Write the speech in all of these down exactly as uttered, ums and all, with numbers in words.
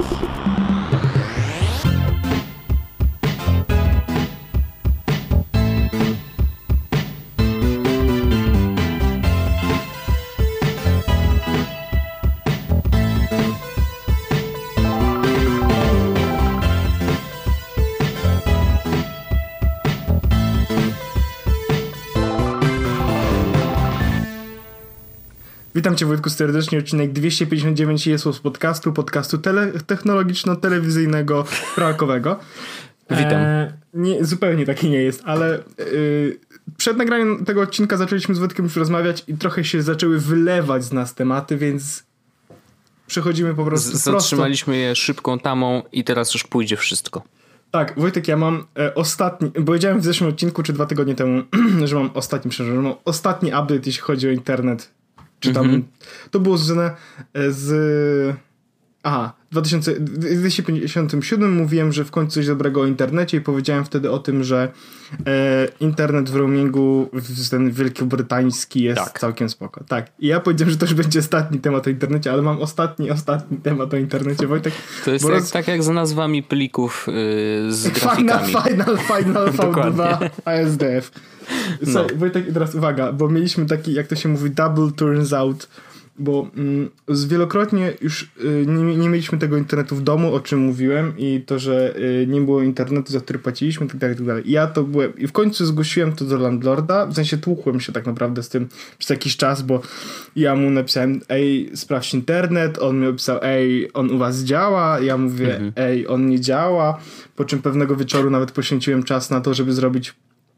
Witam Cię, Wojtku, serdecznie. Odcinek dwieście pięćdziesiąt dziewięć jest z podcastu, podcastu tele- technologiczno-telewizyjnego, pralkowego. Witam. E, nie, zupełnie taki nie jest, ale y, przed nagraniem tego odcinka zaczęliśmy z Wojtkiem już rozmawiać i trochę się zaczęły wylewać z nas tematy, więc przechodzimy po prostu z- Zatrzymaliśmy je szybką tamą i teraz już pójdzie wszystko. Tak, Wojtek, ja mam e, ostatni, powiedziałem w zeszłym odcinku, czy dwa tygodnie temu, że mam ostatni, przepraszam, że mam ostatni update, jeśli chodzi o internet. Czy tam, mm-hmm. To było związane z... Aha, w dwa tysiące pięćdziesiątym siódmym mówiłem, że w końcu coś dobrego o internecie i powiedziałem wtedy o tym, że e, internet w roamingu, ten wielkobrytański jest tak. całkiem spoko. Tak. I ja powiedziałem, że to już będzie ostatni temat o internecie, ale mam ostatni, ostatni temat o internecie, Wojtek. To jest jak, roz... tak jak z nazwami plików yy, z grafikami. Final, final, final V dwa A S D F. Słuchaj, no. Wojtek, teraz uwaga, bo mieliśmy taki, jak to się mówi, double turns out, bo mm, wielokrotnie już y, nie, nie mieliśmy tego internetu w domu, o czym mówiłem, i to, że y, nie było internetu, za który płaciliśmy, tak dalej, tak dalej. I ja to byłem, i w końcu zgłosiłem to do landlorda, w sensie tłukłem się tak naprawdę z tym przez jakiś czas, bo ja mu napisałem, ej, sprawdź internet, on mi opisał, ej, on u was działa, ja mówię, mhm. ej, on nie działa, po czym pewnego wieczoru nawet poświęciłem czas na to, żeby zrobić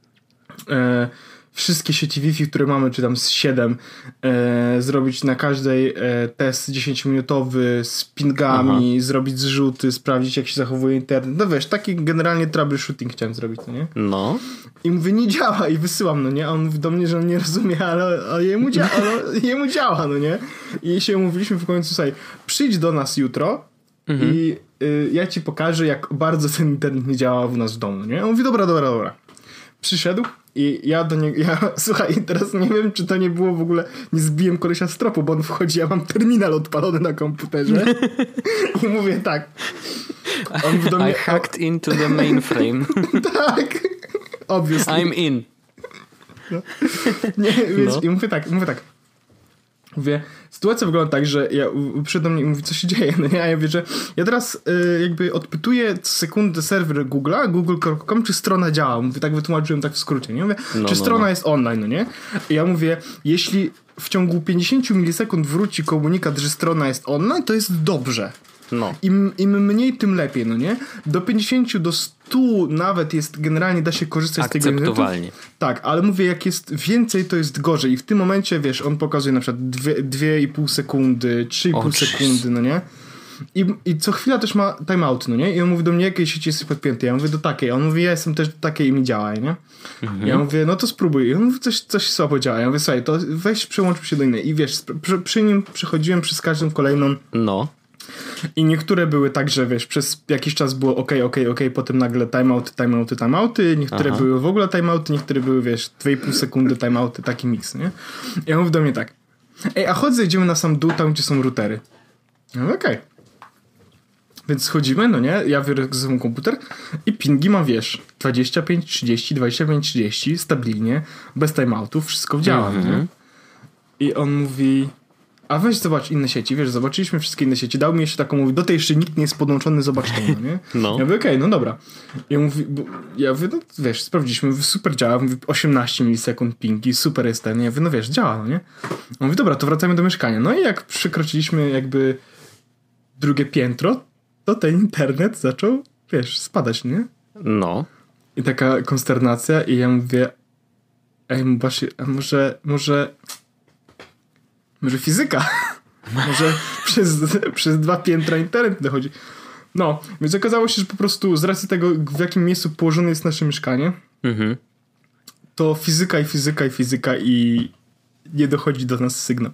e, wszystkie sieci Wi-Fi, które mamy, czy tam z siedem, e, zrobić na każdej e, test dziesięciominutowy z pingami, Aha. zrobić zrzuty, sprawdzić, jak się zachowuje internet. No wiesz, taki generalnie troubleshooting chciałem zrobić, no nie? No. I mówię, nie działa, i wysyłam, no nie? A on mówi do mnie, że on nie rozumie, ale, ale, jemu, dzia- ale jemu działa, no nie? I się umówiliśmy w końcu, słuchaj, przyjdź do nas jutro mhm. i y, ja ci pokażę, jak bardzo ten internet nie działa u nas w domu, nie? On mówi, dobra, dobra, dobra. Przyszedł i ja do niego, ja, słuchaj, teraz nie wiem, czy to nie było w ogóle, nie zbiłem kolesia z tropu, bo on wchodzi, ja mam terminal odpalony na komputerze i mówię tak. On do mnie, I hacked into the mainframe. Tak, obviously. I'm in. No. Nie, wiesz, no. i mówię tak, mówię tak. Mówię, sytuacja wygląda tak, że ja przyszedł do mnie i mówi, co się dzieje, no nie? A ja mówię, że ja teraz y, jakby odpytuję co sekundę serwer Google'a, google kropka com, czy strona działa. Mówię, tak wytłumaczyłem tak w skrócie, nie? Mówię, no, czy no, strona no. jest online, no nie? I ja mówię, jeśli w ciągu pięćdziesiąt milisekund wróci komunikat, że strona jest online, to jest dobrze. No. Im, Im mniej, tym lepiej, no nie? Do pięćdziesiąt, do stu nawet jest, generalnie da się korzystać z tego internetu. Akceptowalnie. Tak, ale mówię, jak jest więcej, to jest gorzej. I w tym momencie, wiesz, on pokazuje na przykład dwie i pół sekundy, trzy i pół sekundy, no nie? I, I co chwila też ma timeout, no nie? I on mówi do mnie, jakiej sieci jesteś podpięty? Ja mówię, do takiej. A on mówi, ja jestem też do takiej i mi działa, nie? Mhm. Ja mówię, no to spróbuj. I on mówi, coś, coś słabo działa. Ja mówię, słuchaj, to weź, przełączmy się do innej. I wiesz, przy, przy nim przechodziłem przez każdą kolejną... No. I niektóre były tak, że wiesz, przez jakiś czas było ok, ok, ok, potem nagle timeouty, timeouty, timeouty, niektóre Aha. były w ogóle timeouty, niektóre były, wiesz, dwie i pół sekundy timeouty, taki miks, nie? I on mówi do mnie tak, ej, a chodź, zejdziemy na sam dół, tam gdzie są routery. Ja mówię, okej. Okay. Więc schodzimy, no nie, ja biorę ze sobą komputer i pingi mam, wiesz, dwadzieścia pięć trzydzieści, dwadzieścia pięć trzydzieści, stabilnie, bez timeoutów, wszystko działa, mm-hmm. nie? I on mówi... A weź zobacz inne sieci, wiesz, zobaczyliśmy wszystkie inne sieci, dał mi jeszcze taką, mówi, do tej jeszcze nikt nie jest podłączony, zobacz to, no nie? No. Ja mówię, okej, okay, no dobra. Ja mówię, bo, ja mówię, no wiesz, sprawdziliśmy, super działa, mówi, osiemnaście milisekund pingi, super jest ten, ja mówię, no wiesz, działa, no nie? On mówi, dobra, to wracamy do mieszkania. No i jak przekroczyliśmy jakby drugie piętro, to ten internet zaczął, wiesz, spadać, nie? No. I taka konsternacja i ja mówię, ej, właśnie, a może, może... Może fizyka. Może przez, przez dwa piętra internet dochodzi. No, więc okazało się, że po prostu z racji tego, w jakim miejscu położone jest nasze mieszkanie, mhm. to fizyka i fizyka i fizyka i nie dochodzi do nas sygnał.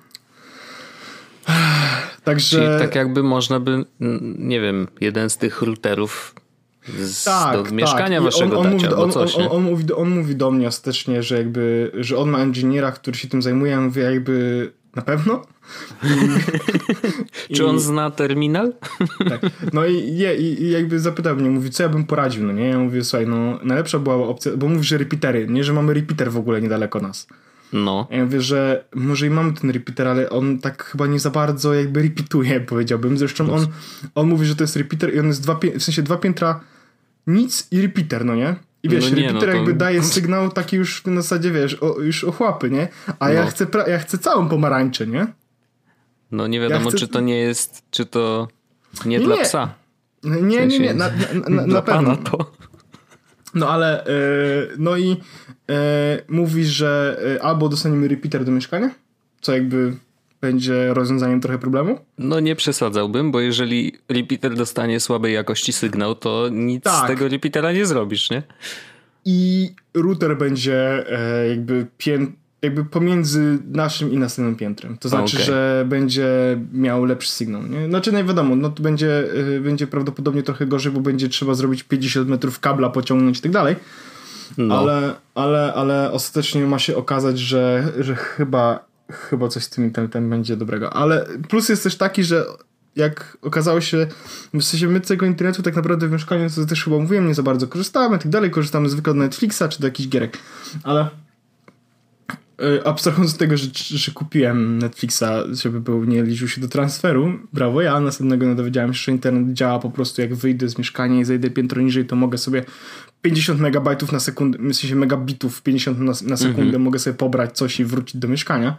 Także... Czyli tak jakby można by, nie wiem, jeden z tych routerów z, tak, do tak. mieszkania waszego on, on, dać, mówi, albo on, coś, on, nie? On mówi, on mówi do mnie ostatecznie, że jakby, że on ma inżyniera, który się tym zajmuje, ja mówię, jakby na pewno. I, Czy on i, zna terminal? Tak. No i, i, i jakby zapytał mnie, mówi, co ja bym poradził, no nie? Ja mówię, słuchaj, no najlepsza była opcja, bo mówi, że repeatery, nie, że mamy repeater w ogóle niedaleko nas. No. Ja mówię, że może i mamy ten repeater, ale on tak chyba nie za bardzo jakby repeatuje, powiedziałbym. Zresztą on, on mówi, że to jest repeater i on jest dwa, w sensie dwa piętra nic i repeater, no nie? I wiesz, no nie, repeater no to... jakby daje sygnał taki już w zasadzie, wiesz, o, już ochłapy, nie? A no. ja, chcę pra- ja chcę całą pomarańczę, nie? No nie wiadomo, ja chcę... czy to nie jest, czy to nie, nie dla nie. psa. Nie, w sensie, nie, nie, na, na, na, na pewno. To. No ale, yy, no i yy, mówi, że yy, albo dostaniemy repeater do mieszkania, co jakby będzie rozwiązaniem trochę problemu. No nie przesadzałbym, bo jeżeli repeater dostanie słabej jakości sygnał, to nic tak. z tego repeatera nie zrobisz, nie? I router będzie e, jakby, pię- jakby pomiędzy naszym i następnym piętrem. To znaczy, okay. że będzie miał lepszy sygnał, nie? Znaczy, nie wiadomo, no to będzie, e, będzie prawdopodobnie trochę gorzej, bo będzie trzeba zrobić pięćdziesiąt metrów kabla, pociągnąć i tak dalej. No. Ale, ale, ale ostatecznie ma się okazać, że, że chyba chyba coś z tym internetem będzie dobrego. Ale plus jest też taki, że jak okazało się, w sensie my tego internetu tak naprawdę w mieszkaniu, co też chyba mówiłem, nie za bardzo korzystamy, tak dalej, korzystamy zwykle od Netflixa czy do jakichś gierek. Ale yy, abstrahując od tego, że, że kupiłem Netflixa, żeby był, nie liczył się do transferu, brawo, ja następnego no, dowiedziałem się, że internet działa po prostu jak wyjdę z mieszkania i zejdę piętro niżej, to mogę sobie pięćdziesiąt megabajtów na sekundę, w sensie megabitów pięćdziesiąt na, na sekundę mm-hmm. mogę sobie pobrać coś i wrócić do mieszkania.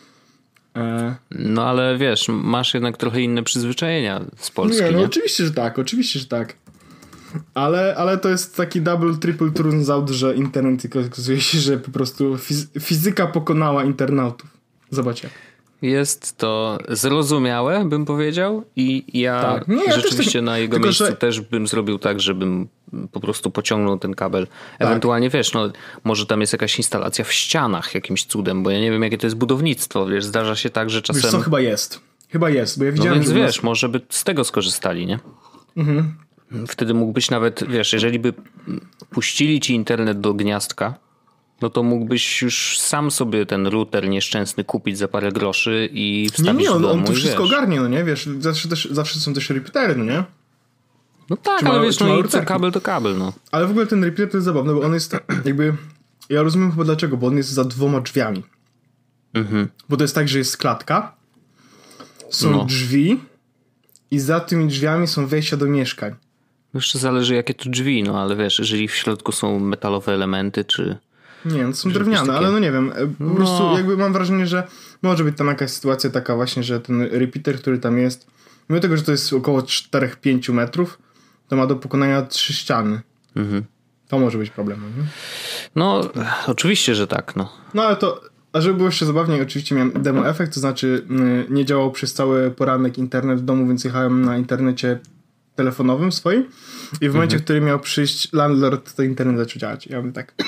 No ale wiesz, masz jednak trochę inne przyzwyczajenia z Polski, nie? No nie? oczywiście, że tak, oczywiście, że tak. Ale, ale to jest taki double, triple turns out, że internet okazuje się, że po prostu fizy- fizyka pokonała internautów. Zobacz jak. Jest to zrozumiałe, bym powiedział, i ja tak. Nie, ja rzeczywiście też, na jego tylko, miejscu że... też bym zrobił tak, żebym po prostu pociągnął ten kabel. Ewentualnie tak. wiesz, no może tam jest jakaś instalacja w ścianach jakimś cudem, bo ja nie wiem, jakie to jest budownictwo, wiesz, zdarza się tak, że czasem... Wiesz co, chyba jest. Chyba jest, bo ja widziałem... No więc że wiesz, nas... może by z tego skorzystali, nie? Mhm. Wtedy mógłbyś nawet, wiesz, jeżeli by puścili ci internet do gniazdka, no to mógłbyś już sam sobie ten router nieszczęsny kupić za parę groszy i wstawić nie, nie, on, do domu. on to wszystko wiesz. ogarnie, no nie? Wiesz, zawsze, też, zawsze są też repeatery, no nie? No tak, ale wiesz, no i co kabel to kabel, no. Ale w ogóle ten repeater to jest zabawny, bo on jest jakby... Ja rozumiem chyba dlaczego, bo on jest za dwoma drzwiami. Mhm. Bo to jest tak, że jest klatka, są no. drzwi i za tymi drzwiami są wejścia do mieszkań. Jeszcze zależy jakie to drzwi, no ale wiesz, jeżeli w środku są metalowe elementy, czy... Nie, no są drewniane, takie... ale no nie wiem, po no. prostu jakby mam wrażenie, że może być tam jakaś sytuacja taka właśnie, że ten repeater, który tam jest, mimo tego, że to jest około cztery do pięciu metrów, to ma do pokonania trzy ściany. Mhm. To może być problemem. Nie? No, oczywiście, że tak, no. No ale to, a żeby było jeszcze zabawniej, oczywiście miałem demo efekt, to znaczy yy, nie działał przez cały poranek internet w domu, więc jechałem na internecie telefonowym swoim i w momencie, mhm. w którym miał przyjść landlord, to internet zaczął działać. Ja bym tak...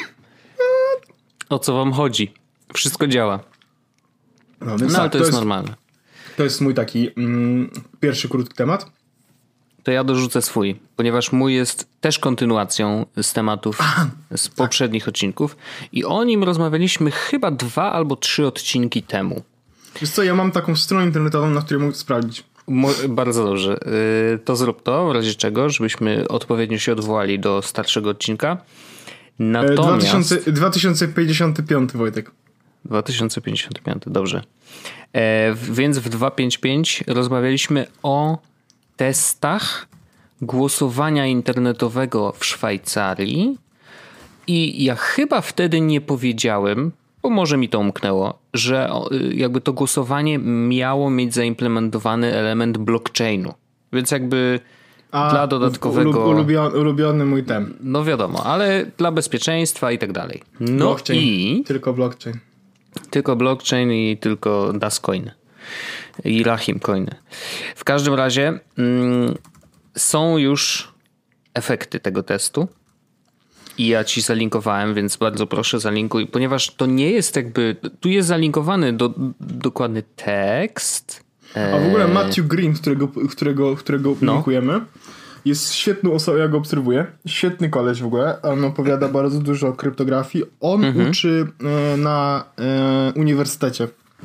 O co wam chodzi? Wszystko działa. No, więc no ale tak, to, to jest, jest normalne. To jest mój taki mm, pierwszy krótki temat. To ja dorzucę swój, ponieważ mój jest też kontynuacją z tematów Aha, z poprzednich tak. odcinków i o nim rozmawialiśmy chyba dwa albo trzy odcinki temu. Wiesz co, ja mam taką stronę internetową, na której mogę sprawdzić. Mo- bardzo dobrze. Yy, to zrób to, w razie czego, żebyśmy odpowiednio się odwołali do starszego odcinka. Natomiast... dwa tysiące pięćdziesiąty piąty, Wojtek. dwa tysiące pięćdziesiąty piąty, dobrze. E, więc w dwieście pięćdziesiąt pięć rozmawialiśmy o testach głosowania internetowego w Szwajcarii i ja chyba wtedy nie powiedziałem, bo może mi to umknęło, że jakby to głosowanie miało mieć zaimplementowany element blockchainu. Więc jakby... A, dla dodatkowego... Ulubiony, ulubiony mój tem. No wiadomo, ale dla bezpieczeństwa i tak dalej. No blockchain. i... Tylko blockchain. Tylko blockchain i tylko Dascoin. I Rahim coiny. W każdym razie mm, są już efekty tego testu. I ja ci zalinkowałem, więc bardzo proszę zalinkuj, ponieważ to nie jest jakby... Tu jest zalinkowany do, dokładny tekst... A w ogóle Matthew Green, którego, którego, którego no. linkujemy, jest świetną osobą, ja go obserwuję. Świetny koleś w ogóle. On opowiada bardzo dużo o kryptografii. On mhm. uczy e, na e, uniwersytecie.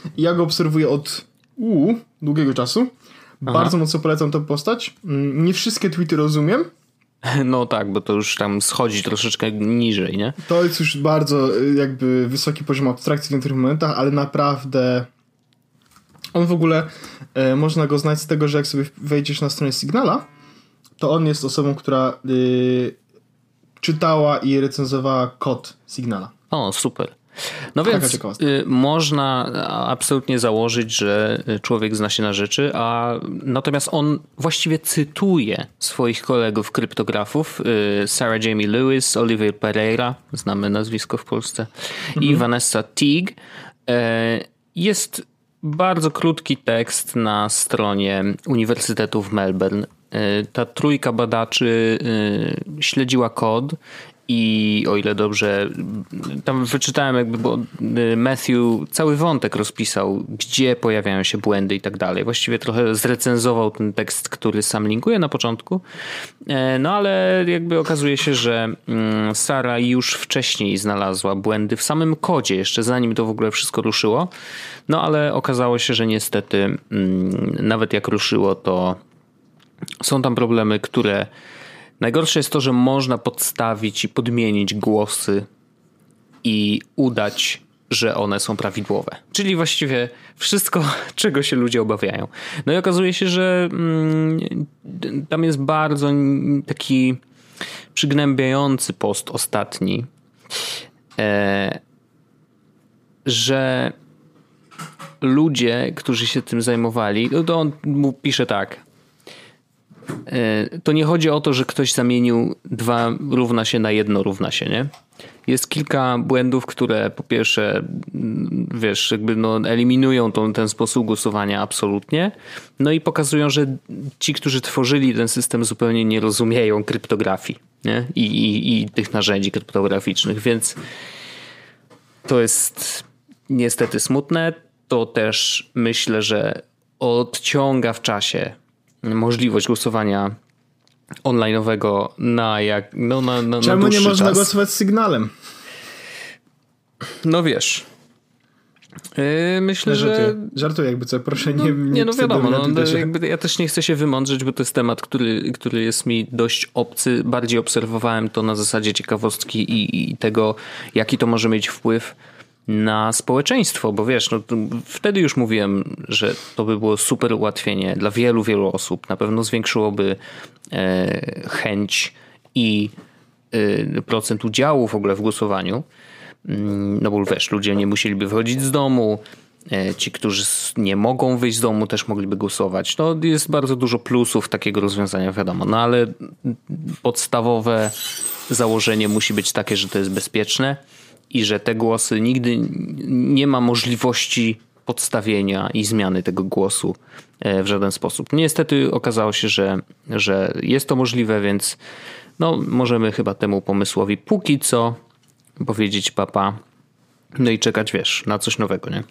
Ja go obserwuję od uu, długiego czasu. Aha. Bardzo mocno polecam tę postać. Nie wszystkie tweety rozumiem. No tak, bo to już tam schodzi troszeczkę niżej, nie? To jest już bardzo jakby wysoki poziom abstrakcji w niektórych momentach, ale naprawdę on w ogóle e, można go znać z tego, że jak sobie wejdziesz na stronę Signala, to on jest osobą, która y, czytała i recenzowała kod Signala. O, super. No więc y, można absolutnie założyć, że człowiek zna się na rzeczy, a natomiast on właściwie cytuje swoich kolegów kryptografów, y, Sarah Jamie Lewis, Oliver Pereira, znamy nazwisko w Polsce, mhm. i Vanessa Teague. Y, jest bardzo krótki tekst na stronie Uniwersytetu w Melbourne. Y, ta trójka badaczy y, śledziła kod. I o ile dobrze, tam wyczytałem jakby, bo Matthew cały wątek rozpisał, gdzie pojawiają się błędy i tak dalej. Właściwie trochę zrecenzował ten tekst, który sam linkuje na początku. No ale jakby okazuje się, że Sara już wcześniej znalazła błędy w samym kodzie, jeszcze zanim to w ogóle wszystko ruszyło. No ale okazało się, że niestety nawet jak ruszyło, to są tam problemy, które... Najgorsze jest to, że można podstawić i podmienić głosy i udać, że one są prawidłowe. Czyli właściwie wszystko, czego się ludzie obawiają. No i okazuje się, że mm, tam jest bardzo taki przygnębiający post ostatni, e, że ludzie, którzy się tym zajmowali, no to on mu pisze tak. To nie chodzi o to, że ktoś zamienił dwa równa się na jedno równa się, nie? Jest kilka błędów, które po pierwsze, wiesz, jakby no eliminują tą, ten sposób głosowania absolutnie. No i pokazują, że ci, którzy tworzyli ten system, zupełnie nie rozumieją kryptografii, nie? I, i, i tych narzędzi kryptograficznych, więc to jest niestety smutne. To też myślę, że odciąga w czasie możliwość głosowania online'owego na jak no na, na, Czemu na nie można czas. głosować z Sygnalem? No wiesz. Yy, myślę, no, żartuję. że... Żartuję jakby co, proszę no, nie... Nie, nie no wiadomo, no, też... jakby ja też nie chcę się wymądrzeć, bo to jest temat, który, który jest mi dość obcy. Bardziej obserwowałem to na zasadzie ciekawostki i, i tego, jaki to może mieć wpływ na społeczeństwo, bo wiesz, no, wtedy już mówiłem, że to by było super ułatwienie dla wielu, wielu osób. Na pewno zwiększyłoby e, chęć i e, procent udziału w ogóle w głosowaniu. No bo wiesz, ludzie nie musieliby wychodzić z domu, e, ci, którzy nie mogą wyjść z domu, też mogliby głosować. No jest bardzo dużo plusów takiego rozwiązania, wiadomo, no ale podstawowe założenie musi być takie, że to jest bezpieczne i że te głosy nigdy nie ma możliwości podstawienia i zmiany tego głosu w żaden sposób. Niestety okazało się, że, że jest to możliwe, więc no, możemy chyba temu pomysłowi póki co powiedzieć papa, no i czekać, wiesz, na coś nowego, nie?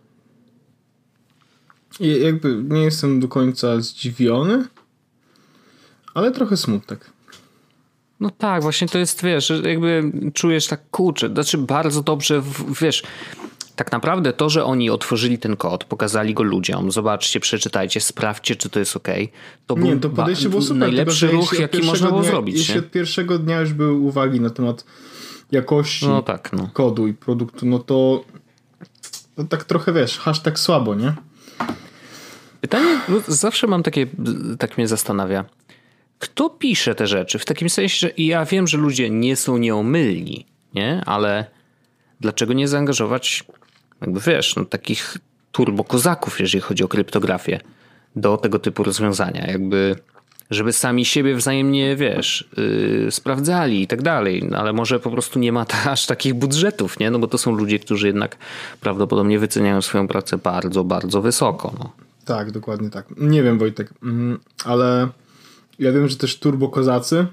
I jakby nie jestem do końca zdziwiony, ale trochę smutek. No tak, właśnie to jest, wiesz, jakby czujesz tak, kurczę, znaczy bardzo dobrze, wiesz, tak naprawdę to, że oni otworzyli ten kod, pokazali go ludziom, zobaczcie, przeczytajcie, sprawdźcie, czy to jest okej. Okay, to nie, był to podejście było super, najlepszy tylko, ruch, jaki można było dnia, zrobić. Jeśli nie? od pierwszego dnia już były uwagi na temat jakości no tak, no. kodu i produktu, no to, to tak trochę, wiesz, hashtag słabo, nie? Pytanie, zawsze mam takie, tak mnie zastanawia. Kto pisze te rzeczy? W takim sensie, że ja wiem, że ludzie nie są nieomylni, nie? Ale dlaczego nie zaangażować, jakby wiesz, no, takich turbokozaków, jeżeli chodzi o kryptografię, do tego typu rozwiązania? Jakby, żeby sami siebie wzajemnie, wiesz, yy, sprawdzali i tak dalej. No, ale może po prostu nie ma ta, aż takich budżetów, nie? No bo to są ludzie, którzy jednak prawdopodobnie wyceniają swoją pracę bardzo, bardzo wysoko. No. Tak, dokładnie tak. Nie wiem, Wojtek, ale ja wiem, że też turbokozacy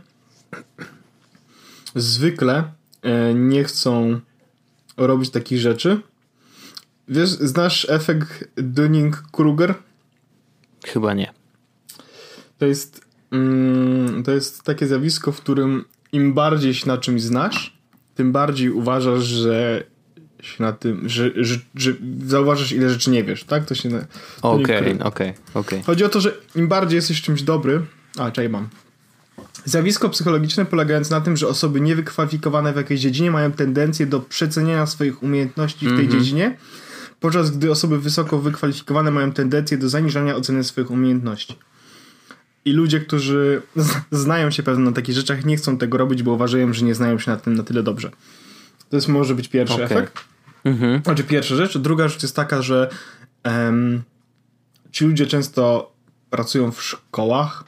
zwykle nie chcą robić takich rzeczy. Wiesz, znasz efekt Dunning-Kruger? Chyba nie. To jest, mm, to jest takie zjawisko, w którym im bardziej się na czymś znasz, tym bardziej uważasz, że się na tym, że, że, że zauważysz, ile rzeczy nie wiesz, tak? To się Okej, okej, okej. Chodzi o to, że im bardziej jesteś czymś dobry... A, czekaj, mam. Zjawisko psychologiczne polegające na tym, że osoby niewykwalifikowane w jakiejś dziedzinie mają tendencję do przeceniania swoich umiejętności w tej mm-hmm. dziedzinie, podczas gdy osoby wysoko wykwalifikowane mają tendencję do zaniżania oceny swoich umiejętności. I ludzie, którzy znają się pewno na takich rzeczach, nie chcą tego robić, bo uważają, że nie znają się na tym na tyle dobrze. To jest może być pierwszy okay. efekt. Mm-hmm. Znaczy pierwsza rzecz. Druga rzecz jest taka, że um, ci ludzie często pracują w szkołach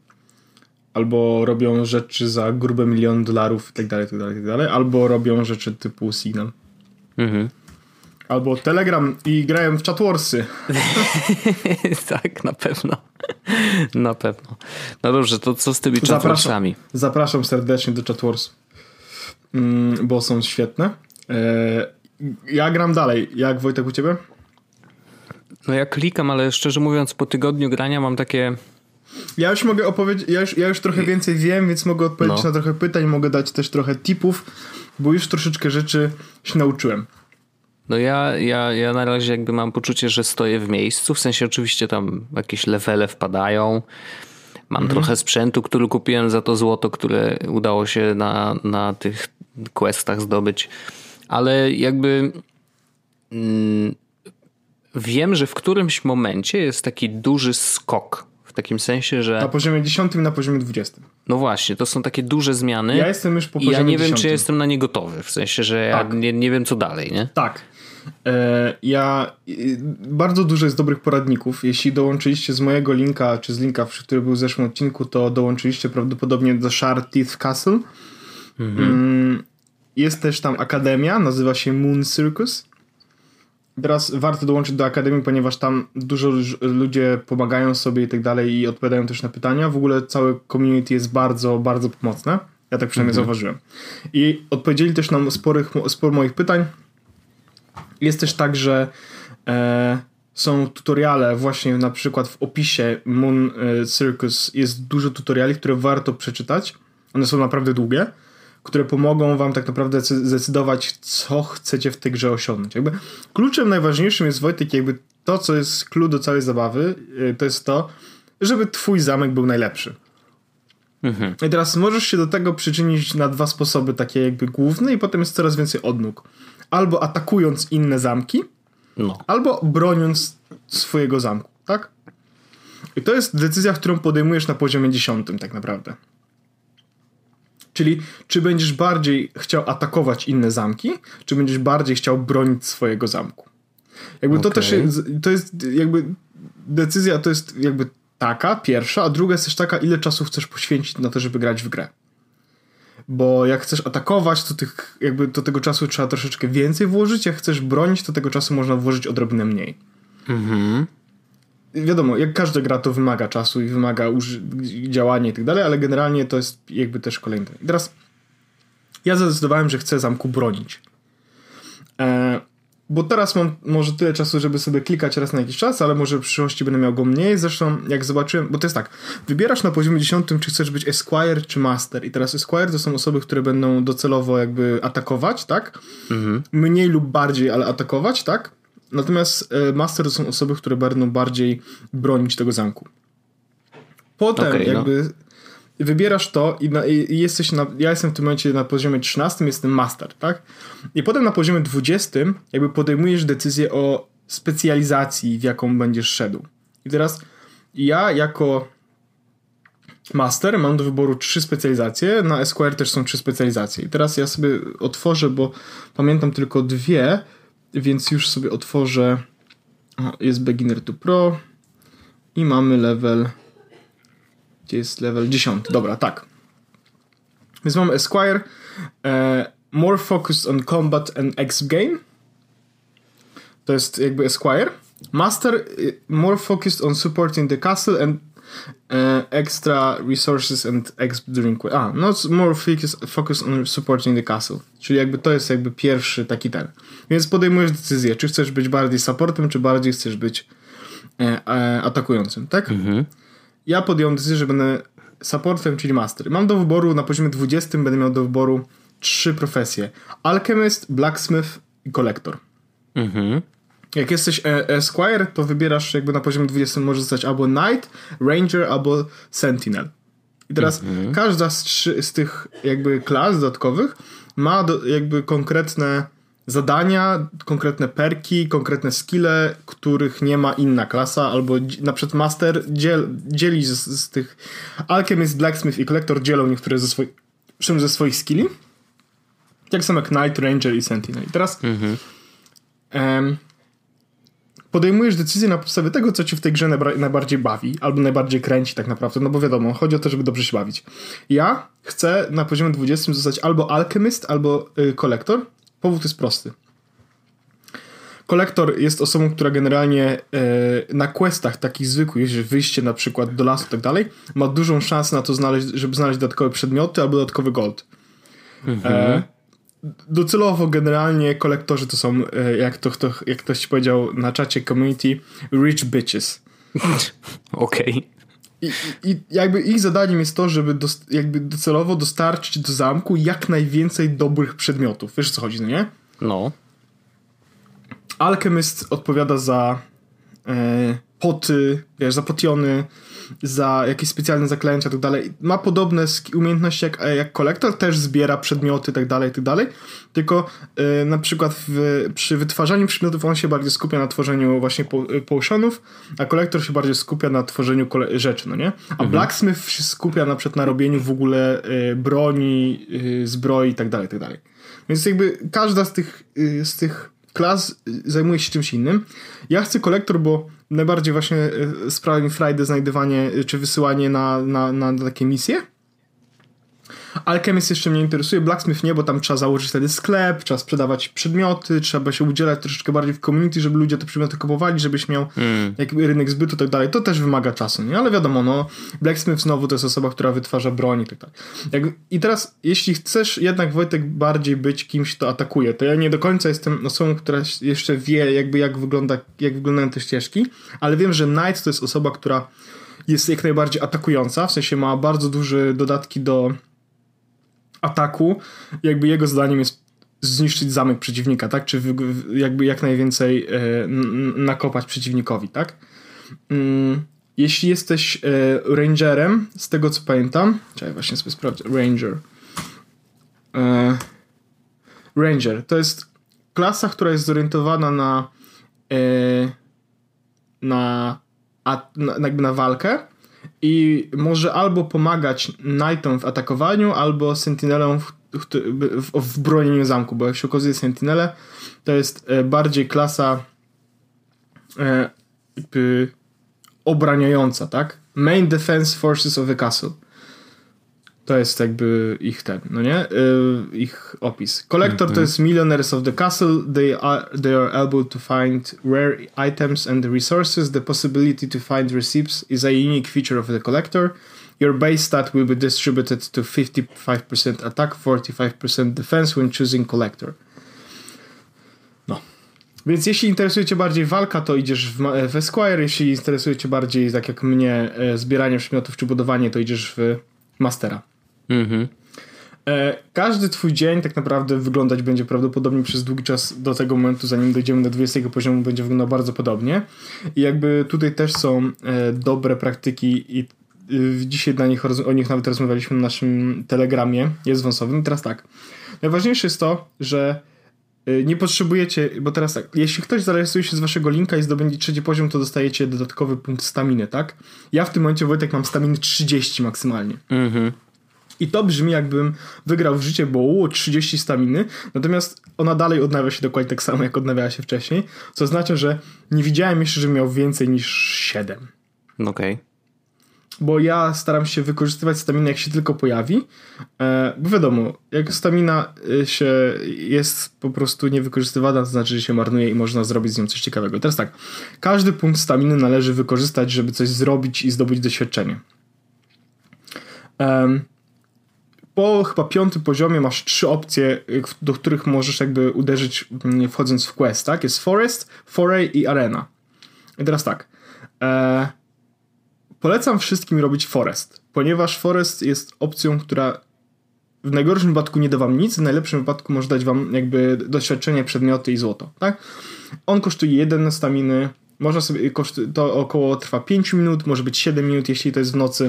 albo robią rzeczy za grube miliony dolarów i tak dalej, tak dalej, tak dalej, albo robią rzeczy typu Signal. Mhm. Albo Telegram i grają w Chat Warsy. Tak, na pewno. Na pewno. No dobrze, to co z tymi Chat Warsami? Zapraszam serdecznie do Chat Wars, mm, bo są świetne. E, ja gram dalej. Jak, Wojtek, u ciebie? No ja klikam, ale szczerze mówiąc po tygodniu grania mam takie... Ja już mogę opowiedzieć, ja już, ja już trochę więcej wiem, więc mogę odpowiedzieć no. na trochę pytań, mogę dać też trochę tipów, bo już troszeczkę rzeczy się nauczyłem. No ja, ja, ja na razie jakby mam poczucie, że stoję w miejscu, w sensie oczywiście tam jakieś levele wpadają, mam mhm. trochę sprzętu, który kupiłem za to złoto, które udało się na, na tych questach zdobyć, ale jakby mm, wiem, że w którymś momencie jest taki duży skok. W takim sensie, że... Na poziomie dziesiątym i na poziomie dwudziestym. No właśnie, to są takie duże zmiany. Ja jestem już po poziomie i ja nie dziesiątym. wiem, czy jestem na nie gotowy. W sensie, że tak. ja nie, nie wiem, co dalej, nie? Tak. E, ja... Bardzo dużo jest dobrych poradników. Jeśli dołączyliście z mojego linka, czy z linka, który był w zeszłym odcinku, to dołączyliście prawdopodobnie do Shard Teeth Castle. Mhm. Jest też tam akademia, nazywa się Moon Circus. Teraz warto dołączyć do Akademii, ponieważ tam dużo ludzie pomagają sobie i tak dalej i odpowiadają też na pytania. W ogóle całe community jest bardzo, bardzo pomocne. Ja tak przynajmniej mhm. zauważyłem. I odpowiedzieli też nam sporych, sporo moich pytań. Jest też tak, że e, są tutoriale właśnie na przykład w opisie Moon Circus jest dużo tutoriali, które warto przeczytać. One są naprawdę długie, które pomogą wam tak naprawdę zdecydować, co chcecie w tej grze osiągnąć. Jakby kluczem najważniejszym jest, Wojtek, jakby to, co jest clue do całej zabawy, to jest to, żeby twój zamek był najlepszy. Mhm. I teraz możesz się do tego przyczynić na dwa sposoby, takie jakby główne, i potem jest coraz więcej odnóg. Albo atakując inne zamki, no. albo broniąc swojego zamku, tak? I to jest decyzja, którą podejmujesz na poziomie dziesiątym tak naprawdę. Czyli czy będziesz bardziej chciał atakować inne zamki, czy będziesz bardziej chciał bronić swojego zamku. Jakby okay. to też jest, to jest jakby decyzja to jest jakby taka, pierwsza, a druga jest też taka, ile czasu chcesz poświęcić na to, żeby grać w grę. Bo jak chcesz atakować, to, tych, jakby do tego czasu trzeba troszeczkę więcej włożyć, jak chcesz bronić, to tego czasu można włożyć odrobinę mniej. Mhm. Wiadomo, jak każda gra, to wymaga czasu i wymaga uży- działania i tak dalej, ale generalnie to jest jakby też kolejny. I teraz ja zadecydowałem, że chcę zamku bronić. E, bo teraz mam może tyle czasu, żeby sobie klikać raz na jakiś czas, ale może w przyszłości będę miał go mniej. Zresztą jak zobaczyłem, bo to jest tak, wybierasz na poziomie dziesiątym, czy chcesz być Esquire czy Master. I teraz Esquire to są osoby, które będą docelowo jakby atakować, tak? Mhm. Mniej lub bardziej, ale atakować, tak? Natomiast Master to są osoby, które będą bardziej bronić tego zamku. Potem okay, jakby no. wybierasz to i, na, i jesteś na, ja jestem w tym momencie na poziomie trzynastym, jestem Master, tak? I potem na poziomie dwudziestym jakby podejmujesz decyzję o specjalizacji, w jaką będziesz szedł. I teraz ja jako Master mam do wyboru trzy specjalizacje, na Esquire też są trzy specjalizacje. I teraz ja sobie otworzę, bo pamiętam tylko dwie, więc już sobie otworzę. Aha, jest Beginner to Pro i mamy level. Gdzie jest level dziesiąty? Dobra, tak. Więc mamy Esquire. E, more focused on combat and exp game. To jest jakby Esquire. Master. More focused on supporting the castle and e, extra resources and exp during. A, no more focused on supporting the castle. Czyli jakby to jest jakby pierwszy taki ten. Więc podejmujesz decyzję, czy chcesz być bardziej supportem, czy bardziej chcesz być e, e, atakującym, tak? Mhm. Ja podjąłem decyzję, że będę supportem, czyli master. Mam do wyboru na poziomie dwudziestym, będę miał do wyboru trzy profesje. Alchemist, blacksmith i kolektor. Mhm. Jak jesteś Esquire, to wybierasz jakby na poziomie dwudziestym możesz zostać albo Knight, Ranger, albo Sentinel. I teraz mhm. każda z, trzy, z tych jakby klas dodatkowych ma do, jakby konkretne zadania, konkretne perki, konkretne skille, których nie ma inna klasa, albo na przykład Master dziel, dzieli z, z tych Alchemist, Blacksmith i Collector dzielą niektóre ze swoich, ze swoich skilli. Tak samo jak Knight, Ranger i Sentinel. I teraz mhm. em, podejmujesz decyzję na podstawie tego, co ci w tej grze najba- najbardziej bawi, albo najbardziej kręci tak naprawdę, no bo wiadomo, chodzi o to, żeby dobrze się bawić. Ja chcę na poziomie dwudziestym zostać albo Alchemist, albo y, Collector. Powód jest prosty. Kolektor jest osobą, która generalnie y, na questach takich zwykłych, jeżeli wyjście na przykład do lasu i tak dalej, ma dużą szansę na to, znaleźć, żeby znaleźć dodatkowe przedmioty albo dodatkowy gold. Mhm. E, docelowo generalnie kolektorzy to są, e, jak, to, to, jak ktoś powiedział na czacie community, rich bitches. Okej. Okay. I, I jakby ich zadaniem jest to, żeby dost, jakby docelowo dostarczyć do zamku jak najwięcej dobrych przedmiotów. Wiesz, o co chodzi, no nie? No. Alchemist odpowiada za e, poty, wiesz, za potiony, za jakieś specjalne zaklęcia i tak dalej. Ma podobne umiejętności jak, jak kolektor, też zbiera przedmioty i tak dalej, i tak dalej. Tylko e, na przykład w, przy wytwarzaniu przedmiotów on się bardziej skupia na tworzeniu właśnie po, potionów, a kolektor się bardziej skupia na tworzeniu kole- rzeczy, no nie? A mhm. Blacksmith się skupia na przykład na robieniu w ogóle e, broni, e, zbroi i tak dalej, i tak dalej. Więc jakby każda z tych, e, z tych klas zajmuje się czymś innym. Ja chcę kolektor, bo najbardziej właśnie sprawia mi frajdę znajdywanie czy wysyłanie na, na, na takie misje. Alchemist jeszcze mnie interesuje, Blacksmith nie, bo tam trzeba założyć wtedy sklep, trzeba sprzedawać przedmioty, trzeba się udzielać troszeczkę bardziej w community, żeby ludzie te przedmioty kupowali, żebyś miał mm. jakby rynek zbytu i tak dalej. To też wymaga czasu, nie? Ale wiadomo, no Blacksmith znowu to jest osoba, która wytwarza broń i tak dalej. Jak, I teraz, jeśli chcesz jednak, Wojtek, bardziej być kimś, kto atakuje, to ja nie do końca jestem osobą, która jeszcze wie jakby jak wygląda, jak wyglądają te ścieżki, ale wiem, że Knight to jest osoba, która jest jak najbardziej atakująca, w sensie ma bardzo duże dodatki do ataku, jakby jego zadaniem jest zniszczyć zamek przeciwnika, tak? Czy jakby jak najwięcej e, n- nakopać przeciwnikowi, tak? Mm, jeśli jesteś e, rangerem, z tego co pamiętam, czekaj, właśnie sobie sprawdzę, ranger. E, ranger to jest klasa, która jest zorientowana na e, na, a, na jakby na walkę i może albo pomagać Knightom w atakowaniu, albo Sentinelom w, w, w bronieniu zamku, bo jak się okazuje Sentinele to jest bardziej klasa e, jakby obraniająca, tak? Main Defense Forces of the Castle. To jest jakby ich ten, no nie? E, ich opis. Collector mm-hmm. to jest Millionaires of the Castle. They are, they are able to find rare items and resources. The possibility to find receipts is a unique feature of the Collector. Your base stat will be distributed to fifty-five percent attack, forty-five percent defense when choosing Collector. No. Więc jeśli interesuje cię bardziej walka, to idziesz w, w Esquire. Jeśli interesuje cię bardziej, tak jak mnie, zbieranie przedmiotów czy budowanie, to idziesz w Mastera. Mhm. E, każdy twój dzień tak naprawdę wyglądać będzie prawdopodobnie przez długi czas do tego momentu, zanim dojdziemy do dwudziestego poziomu, będzie wyglądał bardzo podobnie. I jakby tutaj też są e, dobre praktyki i e, dzisiaj na nich, o nich nawet rozmawialiśmy na naszym telegramie, jest wąsowym. I teraz tak, najważniejsze jest to, że e, nie potrzebujecie, bo teraz tak, jeśli ktoś zarejestruje się z waszego linka i zdobędzie trzeci poziom, to dostajecie dodatkowy punkt staminy, tak? Ja w tym momencie, Wojtek, mam staminy trzydzieści maksymalnie. Mhm. I to brzmi, jakbym wygrał w życie, bo u, trzydzieści staminy, natomiast ona dalej odnawia się dokładnie tak samo, jak odnawiała się wcześniej, co oznacza, że nie widziałem jeszcze, że miał więcej niż siedem. Okej. Okay. Bo ja staram się wykorzystywać staminę, jak się tylko pojawi, e, bo wiadomo, jak stamina się jest po prostu niewykorzystywana, to znaczy, że się marnuje i można zrobić z nią coś ciekawego. Teraz tak, każdy punkt staminy należy wykorzystać, żeby coś zrobić i zdobyć doświadczenie. Um, Po chyba piątym poziomie masz trzy opcje, do których możesz jakby uderzyć wchodząc w quest, tak? Jest Forest, Foray i Arena. I teraz tak. E, polecam wszystkim robić Forest, ponieważ Forest jest opcją, która w najgorszym wypadku nie da wam nic, w najlepszym wypadku może dać wam jakby doświadczenie, przedmioty i złoto, tak? On kosztuje jeden staminy, można sobie, kosztuje, to około trwa pięć minut, może być siedem minut, jeśli to jest w nocy.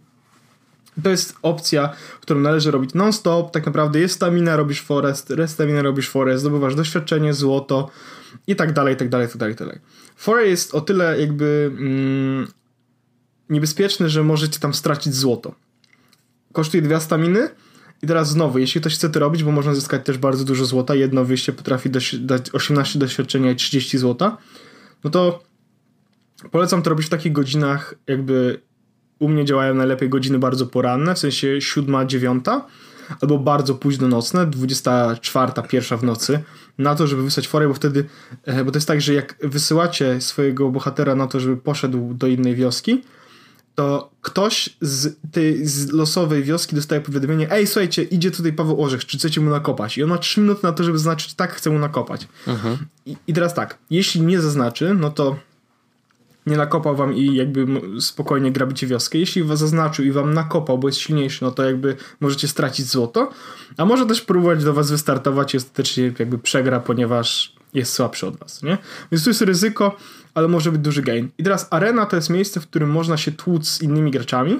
To jest opcja, którą należy robić non-stop, tak naprawdę jest stamina, robisz forest, rest stamina, robisz forest, zdobywasz doświadczenie, złoto i tak dalej, i tak dalej, i tak dalej, i tak dalej. Foray jest o tyle jakby mm, niebezpieczny, że możecie tam stracić złoto. Kosztuje dwie staminy i teraz znowu, jeśli ktoś chce to robić, bo można zyskać też bardzo dużo złota, jedno wyjście potrafi dać osiemnaście doświadczenia i trzydzieści złota, no to polecam to robić w takich godzinach, jakby u mnie działają najlepiej godziny bardzo poranne, w sensie siódma, dziewiąta, albo bardzo późno nocne, dwudziesta czwarta, pierwsza w nocy, na to, żeby wysłać Foray, bo wtedy, bo to jest tak, że jak wysyłacie swojego bohatera na to, żeby poszedł do innej wioski, to ktoś z tej z losowej wioski dostaje powiadomienie: ej, słuchajcie, idzie tutaj Paweł Orzech, czy chcecie mu nakopać? I on ma trzy minuty na to, żeby zaznaczyć: tak, chcę mu nakopać. Mhm. I, I teraz tak, jeśli nie zaznaczy, no to nie nakopał wam i jakby spokojnie grabicie wioskę. Jeśli was zaznaczył i wam nakopał, bo jest silniejszy, no to jakby możecie stracić złoto, a może też próbować do was wystartować i ostatecznie jakby przegra, ponieważ jest słabszy od was, nie? Więc tu jest ryzyko, ale może być duży gain. I teraz arena to jest miejsce, w którym można się tłuc z innymi graczami.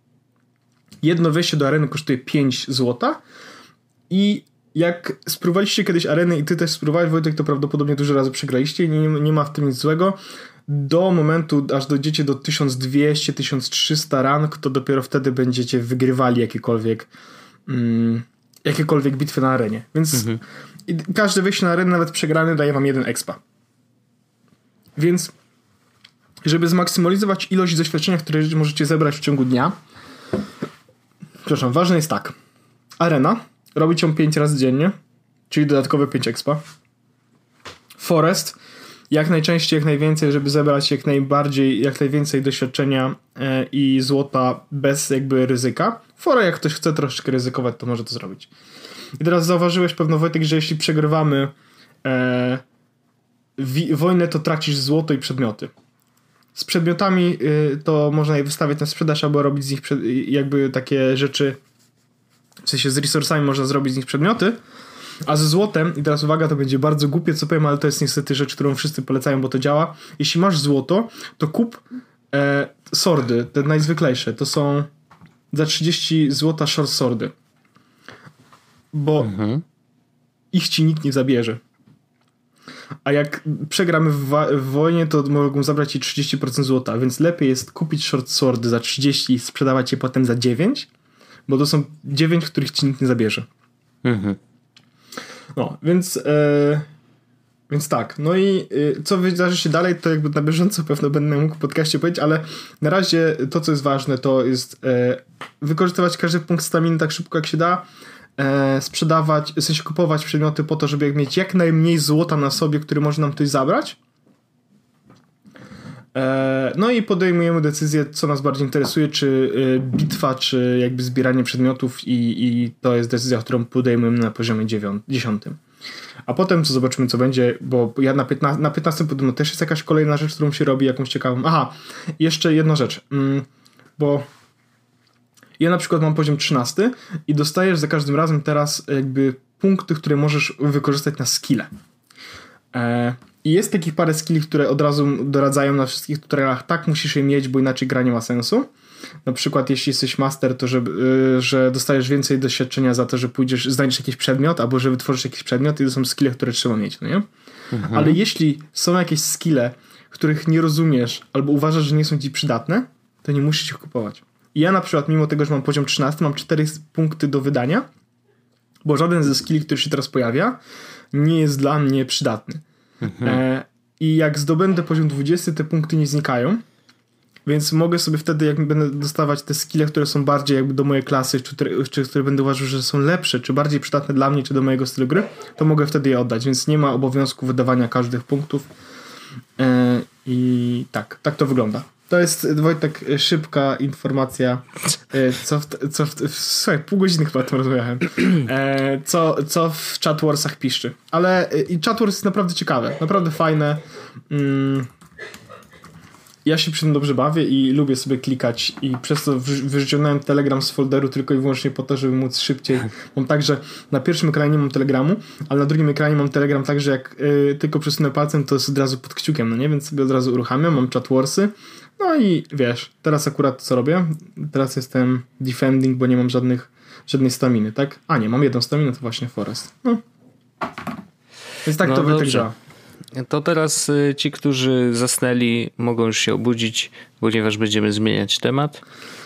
Jedno wejście do areny kosztuje pięć złota i jak spróbowaliście kiedyś areny i ty też spróbowałeś, Wojtek, to prawdopodobnie dużo razy przegraliście i nie, nie ma w tym nic złego. Do momentu, aż dojdziecie do tysiąc dwieście do tysiąc trzysta rank, to dopiero wtedy będziecie wygrywali jakiekolwiek mm, jakiekolwiek bitwy na arenie. Więc mhm. każde wejście na arenę, nawet przegrany, daje wam jeden expa. Więc żeby zmaksymalizować ilość doświadczenia, które możecie zebrać w ciągu dnia, przepraszam, ważne jest tak. Arena, robić ją pięć razy dziennie, czyli dodatkowe pięć expa. Forest, jak najczęściej, jak najwięcej, żeby zebrać jak najbardziej, jak najwięcej doświadczenia e, i złota bez jakby ryzyka. Foray, jak ktoś chce troszeczkę ryzykować, to może to zrobić. I teraz zauważyłeś pewno, Wojtek, że jeśli przegrywamy e, wi- wojnę, to tracisz złoto i przedmioty. Z przedmiotami y, to można je wystawiać na sprzedaż, albo robić z nich przed, jakby takie rzeczy, w sensie z resursami można zrobić z nich przedmioty, a ze złotem, i teraz uwaga, to będzie bardzo głupie, co powiem, ale to jest niestety rzecz, którą wszyscy polecają, bo to działa. Jeśli masz złoto, to kup e, sordy, te najzwyklejsze, to są za trzydzieści złota short sordy, bo mhm. ich ci nikt nie zabierze. A jak przegramy w, wa- w wojnie, to mogą zabrać ci trzydzieści procent złota, więc lepiej jest kupić short swordy za trzydzieści i sprzedawać je potem za dziewięć, bo to są dziewięć, których ci nikt nie zabierze. Mhm. No, więc e, więc tak. No i e, co wydarzy się dalej, to jakby na bieżąco pewno będę mógł w podcaście powiedzieć, ale na razie to, co jest ważne, to jest e, wykorzystywać każdy punkt staminy tak szybko, jak się da, e, sprzedawać, w sensie kupować przedmioty po to, żeby mieć jak najmniej złota na sobie, który może nam ktoś zabrać. E, no i podejmujemy decyzję, co nas bardziej interesuje, czy e, bitwa, czy jakby zbieranie przedmiotów i, i to jest decyzja, którą podejmujemy na poziomie dziesiątym. A potem co zobaczymy, co będzie, bo ja na, piętna- na piętnastym podobno też jest jakaś kolejna rzecz, którą się robi, jakąś ciekawą. Aha, jeszcze jedna rzecz, mm, bo ja na przykład mam poziom trzynasty i dostajesz za każdym razem teraz jakby punkty, które możesz wykorzystać na skille. E, I jest takich parę skilli, które od razu doradzają na wszystkich tutorialach, tak musisz je mieć, bo inaczej gra nie ma sensu. Na przykład jeśli jesteś master, to że, yy, że dostajesz więcej doświadczenia za to, że pójdziesz, znajdziesz jakiś przedmiot, albo że wytworzysz jakiś przedmiot i to są skille, które trzeba mieć, no nie? Mhm. Ale jeśli są jakieś skille, których nie rozumiesz, albo uważasz, że nie są ci przydatne, to nie musisz ich kupować. I ja na przykład, mimo tego, że mam poziom trzynasty, mam cztery punkty do wydania, bo żaden ze skilli, który się teraz pojawia, nie jest dla mnie przydatny. Mhm. E, I jak zdobędę poziom dwudziesty, te punkty nie znikają, więc mogę sobie wtedy, jak będę dostawać te skille, które są bardziej jakby do mojej klasy, czy, czy które będę uważał, że są lepsze, czy bardziej przydatne dla mnie, czy do mojego stylu gry, to mogę wtedy je oddać, więc nie ma obowiązku wydawania każdych punktów. E, I tak, tak to wygląda. To jest, Wojtek, szybka informacja, co w, co w, w słuchaj, pół godziny chyba to rozmawiałem, e, co, co w Chat Warsach piszczy. Ale i Chat Wars jest naprawdę ciekawe, naprawdę fajne. Mm, ja się przy tym dobrze bawię i lubię sobie klikać i przez to wyrzuciłem Telegram z folderu tylko i wyłącznie po to, żeby móc szybciej. Mam tak, że na pierwszym ekranie nie mam Telegramu, ale na drugim ekranie mam Telegram tak, że jak y, tylko przesunę palcem, to jest od razu pod kciukiem, no nie? Więc sobie od razu uruchamiam, mam chatworsy. No i wiesz, teraz akurat co robię? Teraz jestem defending, bo nie mam żadnych, żadnej staminy, tak? A nie, mam jedną staminę, to właśnie Forest. No. Więc tak no to by tak dobrze. działa. To teraz ci, którzy zasnęli, mogą już się obudzić, ponieważ będziemy zmieniać temat.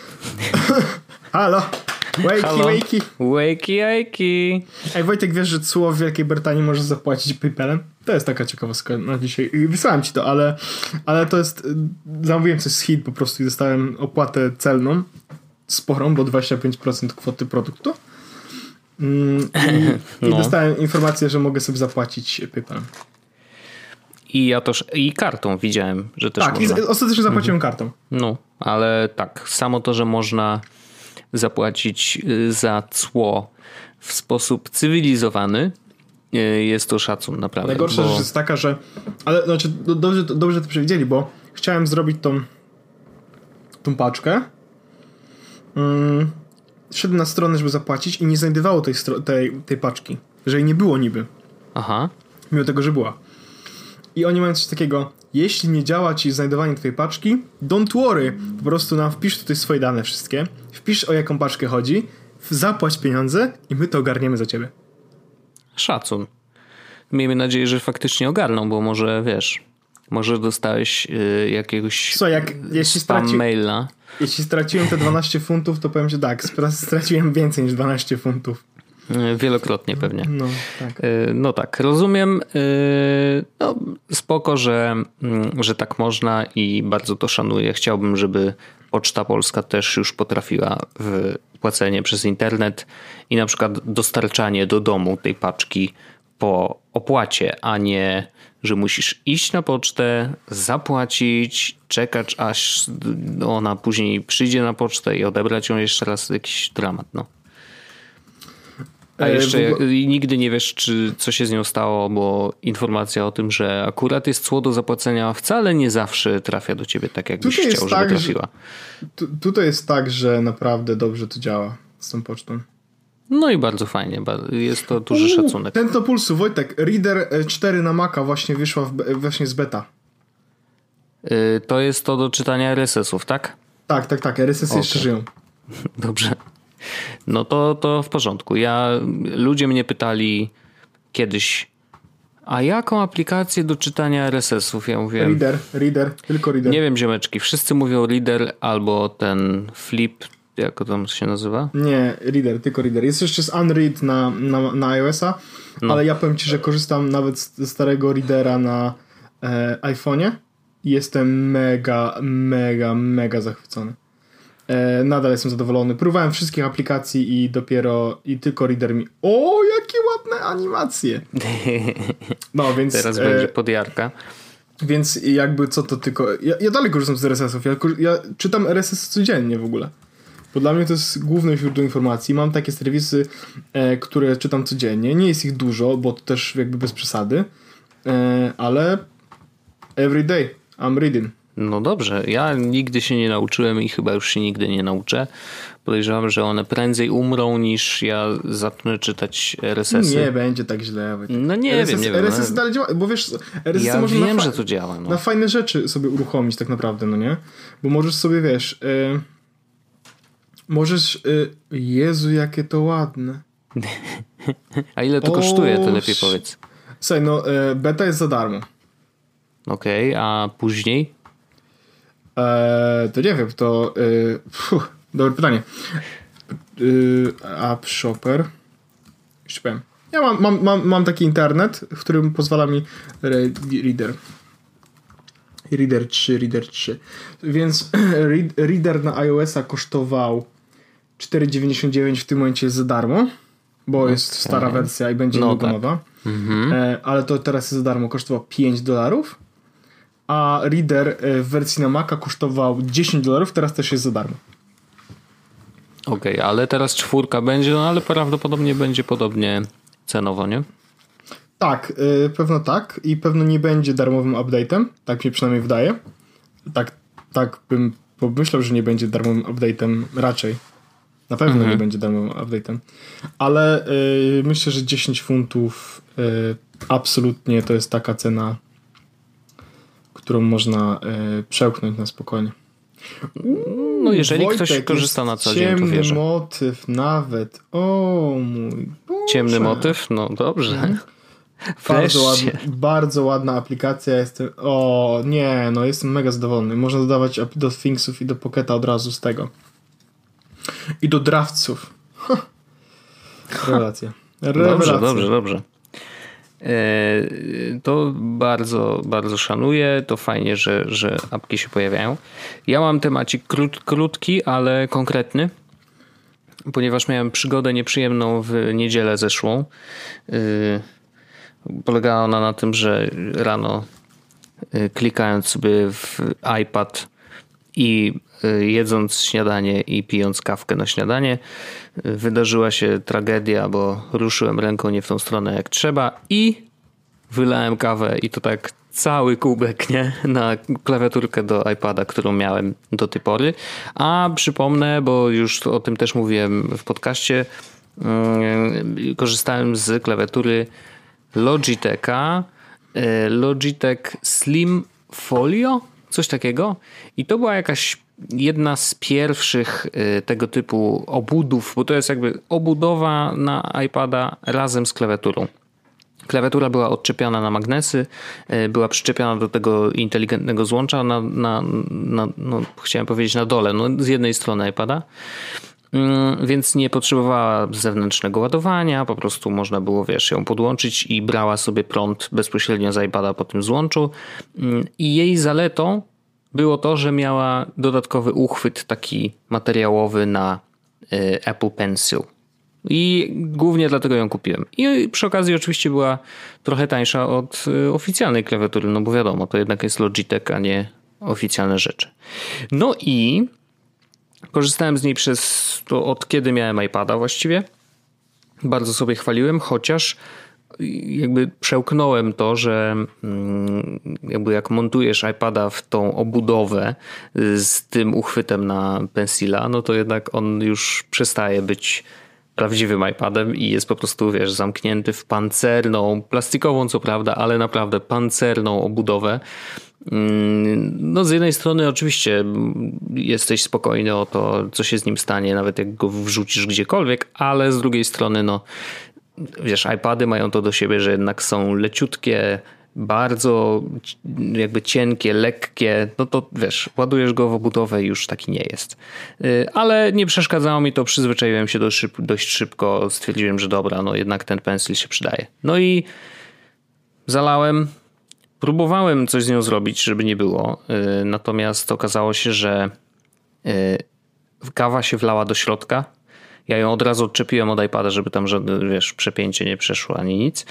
Halo! Wakey, Halo. wakey! Wakey, wakey! Ej, Wojtek, wiesz, że C U O w Wielkiej Brytanii może zapłacić PayPalem? To jest taka ciekawostka na dzisiaj. Wysłałem ci to, ale, ale to jest... Zamówiłem coś z Chin po prostu i dostałem opłatę celną sporą, bo dwadzieścia pięć procent kwoty produktu. Mm, I, i no. dostałem informację, że mogę sobie zapłacić PayPalem. I ja też, i kartą widziałem, że też tak, można. Tak, ostatecznie zapłaciłem mhm. kartą. No, ale tak, samo to, że można zapłacić za cło w sposób cywilizowany, jest to szacun, naprawdę. Najgorsza bo... rzecz jest taka, że ale znaczy, dobrze, dobrze to przewidzieli, bo chciałem zrobić tą tą paczkę. Mm, szedłem na stronę, żeby zapłacić i nie znajdowało tej, tej, tej paczki. Że jej nie było niby. Aha. Mimo tego, że była. I oni mają coś takiego, jeśli nie działa ci znajdowanie twojej paczki, don't worry. Po prostu nam wpisz tutaj swoje dane wszystkie, wpisz o jaką paczkę chodzi, zapłać pieniądze i my to ogarniemy za ciebie. Szacun. Miejmy nadzieję, że faktycznie ogarną, bo może wiesz, może dostałeś y, jakiegoś Co, jak, jeśli spam straci... maila. Jeśli straciłem te dwanaście funtów, to powiem, że tak, straciłem więcej niż dwanaście funtów. Wielokrotnie pewnie. No tak. No tak, rozumiem. No, spoko, że, że tak można i bardzo to szanuję. Chciałbym, żeby Poczta Polska też już potrafiła w płacenie przez internet i na przykład dostarczanie do domu tej paczki po opłacie, a nie, że musisz iść na pocztę, zapłacić, czekać aż ona później przyjdzie na pocztę i odebrać ją jeszcze raz. Jakiś dramat, no. A jeszcze ogóle... nigdy nie wiesz, czy co się z nią stało, bo informacja o tym, że akurat jest cło do zapłacenia, wcale nie zawsze trafia do ciebie tak, jakbyś tutaj chciał, żeby tak, trafiła. Że, tu, tutaj jest tak, że naprawdę dobrze to działa z tą pocztą. No i bardzo fajnie, jest to duży Uuu, szacunek. Tętno pulsu, Wojtek, Reader cztery na Maca właśnie wyszła w, właśnie z beta. Yy, to jest to do czytania R S S-ów, tak? Tak, tak, tak, R S S-y okay. jeszcze żyją. Dobrze. No to, to w porządku. Ja, ludzie mnie pytali kiedyś, a jaką aplikację do czytania R S S-ów? Ja mówię... Reader, Reader, tylko Reader. Nie wiem, ziomeczki, wszyscy mówią Reader albo ten Flip, jak to tam się nazywa? Nie, Reader, tylko Reader. Jest jeszcze z Unread na, na, na iOS-a, no. Ale ja powiem ci, że korzystam nawet ze starego Readera na e, iPhone'ie i jestem mega, mega, mega zachwycony. E, nadal jestem zadowolony. Próbowałem wszystkich aplikacji i dopiero i tylko Reader mi... O, jakie ładne animacje! No, więc... Teraz e, będzie podjarka. Więc jakby co to tylko... Ja, ja dalej korzystam z R S S-ów. Ja, ja czytam R S S codziennie w ogóle. Bo dla mnie to jest główne źródło informacji. Mam takie serwisy, e, które czytam codziennie. Nie jest ich dużo, bo to też jakby bez przesady. E, ale every day I'm reading. No dobrze, ja nigdy się nie nauczyłem i chyba już się nigdy nie nauczę. Podejrzewam, że one prędzej umrą niż ja zacznę czytać R S S-y. Nie będzie tak źle. No nie R S S, wiem, nie R S S wiem. dalej działa, bo wiesz, R S S ja można wiem, na że to działa. No. Na fajne rzeczy sobie uruchomić tak naprawdę, no nie? Bo możesz sobie, wiesz, yy, możesz, yy, Jezu, jakie to ładne. A ile to o, kosztuje, to lepiej powiedz. Słuchaj, no yy, beta jest za darmo. Okej, okay, a później? Eee, to nie wiem, to yy, fuh, dobre pytanie. Yy, App Shopper. Jeszcze powiem. Ja mam, mam, mam, mam taki internet, w którym pozwala mi Reader. Reader trzy, Reader trzy. Więc Reader na iOS-a kosztował cztery dziewięćdziesiąt dziewięć, w tym momencie jest za darmo, bo okay. jest stara wersja i będzie no tak. nowa. Mhm. E, ale to teraz jest za darmo, kosztował pięć dolarów. A Reader w wersji na Maca kosztował dziesięć dolarów, teraz też jest za darmo. Okej, okay, ale teraz czwórka będzie, no ale prawdopodobnie będzie podobnie cenowo, nie? Tak, yy, pewno tak i pewno nie będzie darmowym update'em, tak mi przynajmniej wydaje. Tak, tak bym pomyślał, że nie będzie darmowym update'em raczej. Na pewno mhm. nie będzie darmowym update'em. Ale yy, myślę, że dziesięć funtów yy, absolutnie to jest taka cena, którą można yy, przełknąć na spokojnie. No jeżeli Wojtek, ktoś korzysta na co dzień, to wierzę. Ciemny motyw nawet. O mój Boże. Ciemny motyw? No dobrze. Mhm. Bardzo ładna, bardzo ładna aplikacja. Jestem, o nie, no jestem mega zadowolony. Można dodawać do Thingsów i do Pocketa od razu z tego. I do Draftsów. Rewelacja. Rewelacja. Dobrze, dobrze, dobrze. To bardzo, bardzo szanuję. To fajnie, że, że apki się pojawiają. Ja mam temacik krót, krótki, ale konkretny, ponieważ miałem przygodę nieprzyjemną w niedzielę zeszłą. Polegała ona na tym, że rano klikając sobie w iPad i jedząc śniadanie i pijąc kawkę na śniadanie, wydarzyła się tragedia, bo ruszyłem ręką nie w tą stronę jak trzeba i wylałem kawę i to tak cały kubek, nie? Na klawiaturkę do iPada, którą miałem do tej pory. A przypomnę, bo już o tym też mówiłem w podcaście, yy, korzystałem z klawiatury Logitecha, yy, Logitech Slim Folio, coś takiego. I to była jakaś jedna z pierwszych tego typu obudów, bo to jest jakby obudowa na iPada razem z klawiaturą. Klawiatura była odczepiana na magnesy, była przyczepiona do tego inteligentnego złącza na, na, na no, chciałem powiedzieć na dole, no, z jednej strony iPada, więc nie potrzebowała zewnętrznego ładowania, po prostu można było, wiesz, ją podłączyć i brała sobie prąd bezpośrednio z iPada po tym złączu. I jej zaletą było to, że miała dodatkowy uchwyt taki materiałowy na Apple Pencil. I głównie dlatego ją kupiłem. I przy okazji oczywiście była trochę tańsza od oficjalnej klawiatury, no bo wiadomo, to jednak jest Logitech, a nie oficjalne rzeczy. No i korzystałem z niej przez to od kiedy miałem iPada właściwie. Bardzo sobie chwaliłem, chociaż jakby przełknąłem to, że jakby jak montujesz iPada w tą obudowę z tym uchwytem na Pencila, no to jednak on już przestaje być prawdziwym iPadem i jest po prostu, wiesz, zamknięty w pancerną, plastikową co prawda, ale naprawdę pancerną obudowę. No z jednej strony oczywiście jesteś spokojny o to, co się z nim stanie, nawet jak go wrzucisz gdziekolwiek, ale z drugiej strony no wiesz, iPady mają to do siebie, że jednak są leciutkie, bardzo jakby cienkie, lekkie, no to wiesz, ładujesz go w obudowę i już taki nie jest. Ale nie przeszkadzało mi to, przyzwyczaiłem się dość, szyb, dość szybko, stwierdziłem, że dobra, no jednak ten Pencil się przydaje. No i zalałem, próbowałem coś z nią zrobić, żeby nie było, natomiast okazało się, że kawa się wlała do środka. Ja ją od razu odczepiłem od iPada, żeby tam żadne, wiesz, przepięcie nie przeszło ani nic.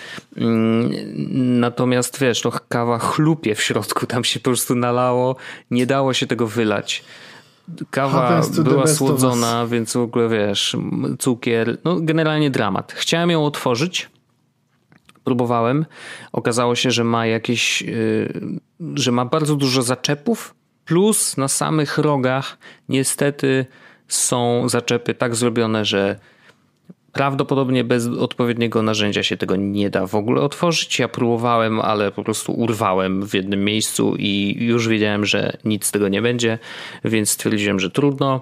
Natomiast wiesz, no kawa chlupie w środku, tam się po prostu nalało, nie dało się tego wylać. Kawa była słodzona, więc w ogóle wiesz, cukier, no generalnie dramat. Chciałem ją otworzyć, próbowałem. Okazało się, że ma jakieś, że ma bardzo dużo zaczepów, plus na samych rogach niestety są zaczepy tak zrobione, że prawdopodobnie bez odpowiedniego narzędzia się tego nie da w ogóle otworzyć. Ja próbowałem, ale po prostu urwałem w jednym miejscu i już wiedziałem, że nic z tego nie będzie, więc stwierdziłem, że trudno.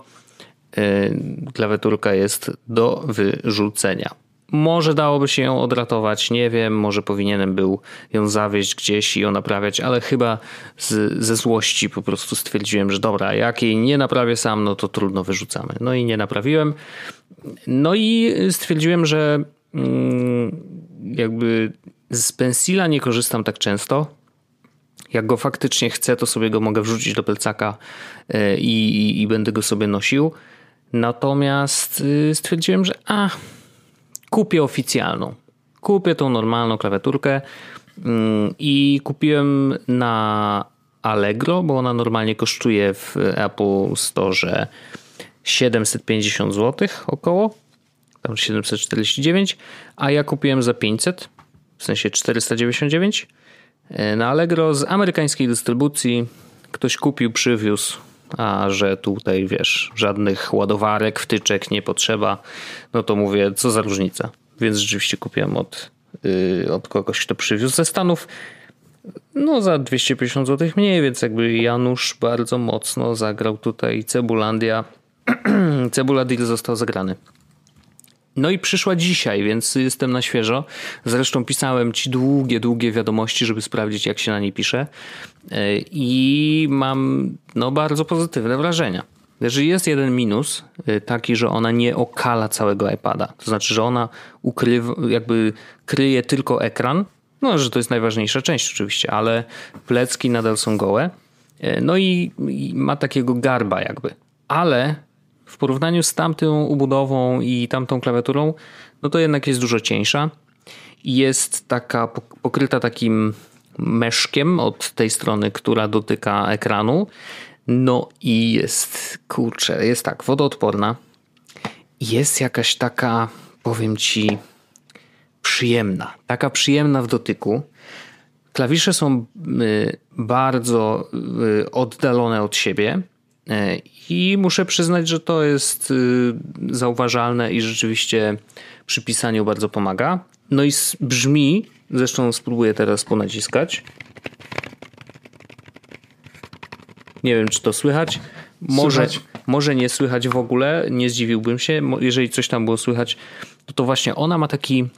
Klawiaturka jest do wyrzucenia. Może dałoby się ją odratować, nie wiem, może powinienem był ją zawieźć gdzieś i ją naprawiać, ale chyba z, ze złości po prostu stwierdziłem, że dobra, jak jej nie naprawię sam, no to trudno, wyrzucamy. No i nie naprawiłem. No i stwierdziłem, że mm, jakby z Pencila nie korzystam tak często. Jak go faktycznie chcę, to sobie go mogę wrzucić do plecaka i, i, i będę go sobie nosił. Natomiast stwierdziłem, że a... kupię oficjalną. Kupię tą normalną klawiaturkę i kupiłem na Allegro, bo ona normalnie kosztuje w Apple Store siedemset pięćdziesiąt złotych około, tam siedemset czterdzieści dziewięć, a ja kupiłem za pięćset, w sensie czterysta dziewięćdziesiąt dziewięć na Allegro z amerykańskiej dystrybucji. Ktoś kupił, przywiózł, a że tutaj wiesz, żadnych ładowarek, wtyczek nie potrzeba, no to mówię, co za różnica. Więc rzeczywiście kupiłem od, yy, od kogoś, kto przywiózł ze Stanów, no za dwieście pięćdziesiąt złotych mniej, więc jakby Janusz bardzo mocno zagrał tutaj Cebulandia. Cebula deal został zagrany. No i przyszła dzisiaj, więc jestem na świeżo. Zresztą pisałem ci długie, długie wiadomości, żeby sprawdzić, jak się na niej pisze. I mam no bardzo pozytywne wrażenia. Że jest jeden minus, taki, że ona nie okala całego iPada. To znaczy, że ona ukrywa, jakby kryje tylko ekran. No, że to jest najważniejsza część oczywiście, ale plecki nadal są gołe. No i, i ma takiego garba jakby. Ale w porównaniu z tamtą ubudową i tamtą klawiaturą, no to jednak jest dużo cieńsza. Jest taka pokryta takim meszkiem od tej strony, która dotyka ekranu. No i jest, kurczę, jest tak, wodoodporna. Jest jakaś taka, powiem ci, przyjemna. Taka przyjemna w dotyku. Klawisze są bardzo oddalone od siebie. I muszę przyznać, że to jest zauważalne i rzeczywiście przy pisaniu bardzo pomaga. No i brzmi, zresztą spróbuję teraz ponaciskać. Nie wiem, czy to słychać. Może, słychać. Może nie słychać w ogóle, nie zdziwiłbym się. Jeżeli coś tam było słychać, to to właśnie ona ma taki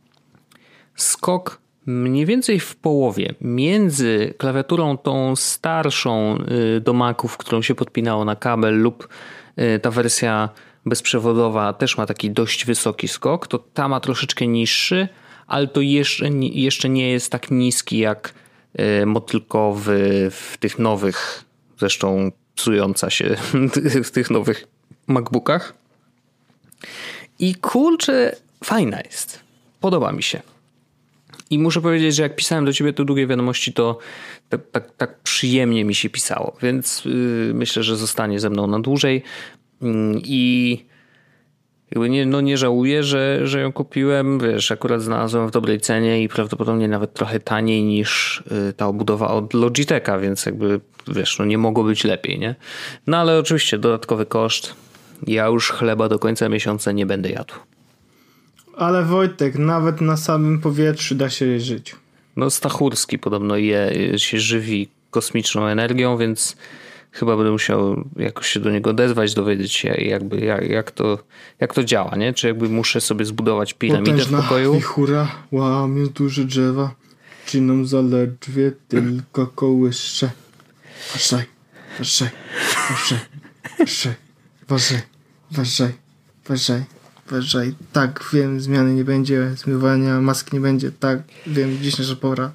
skok mniej więcej w połowie między klawiaturą tą starszą do Maców, którą się podpinało na kabel, lub ta wersja bezprzewodowa też ma taki dość wysoki skok, to ta ma troszeczkę niższy, ale to jeszcze, jeszcze nie jest tak niski jak motylkowy w tych nowych, zresztą psująca się w tych nowych MacBookach. I kurczę, fajna jest. Podoba mi się. I muszę powiedzieć, że jak pisałem do ciebie te długie wiadomości, to tak, tak, tak przyjemnie mi się pisało, więc yy, myślę, że zostanie ze mną na dłużej yy, i jakby nie, no nie żałuję, że, że ją kupiłem. Wiesz, akurat znalazłem w dobrej cenie i prawdopodobnie nawet trochę taniej niż yy, ta obudowa od Logitecha, więc jakby wiesz, no nie mogło być lepiej, nie? No ale oczywiście dodatkowy koszt. Ja już chleba do końca miesiąca nie będę jadł. Ale Wojtek, nawet na samym powietrzu da się żyć. No Stachurski podobno je, się żywi kosmiczną energią, więc chyba będę musiał jakoś się do niego odezwać, dowiedzieć się jakby jak, jak, to, jak to działa, nie? Czy jakby muszę sobie zbudować piramidę Potężna w pokoju? wichura łamie duże drzewa, czynom zaledwie tylko kołysze. Uważaj, uważaj, uważaj, uważaj, uważaj, uważaj, uważaj. Uważaj, tak, wiem, zmiany nie będzie, zmywania maski nie będzie, tak, wiem, dziś nasza pora.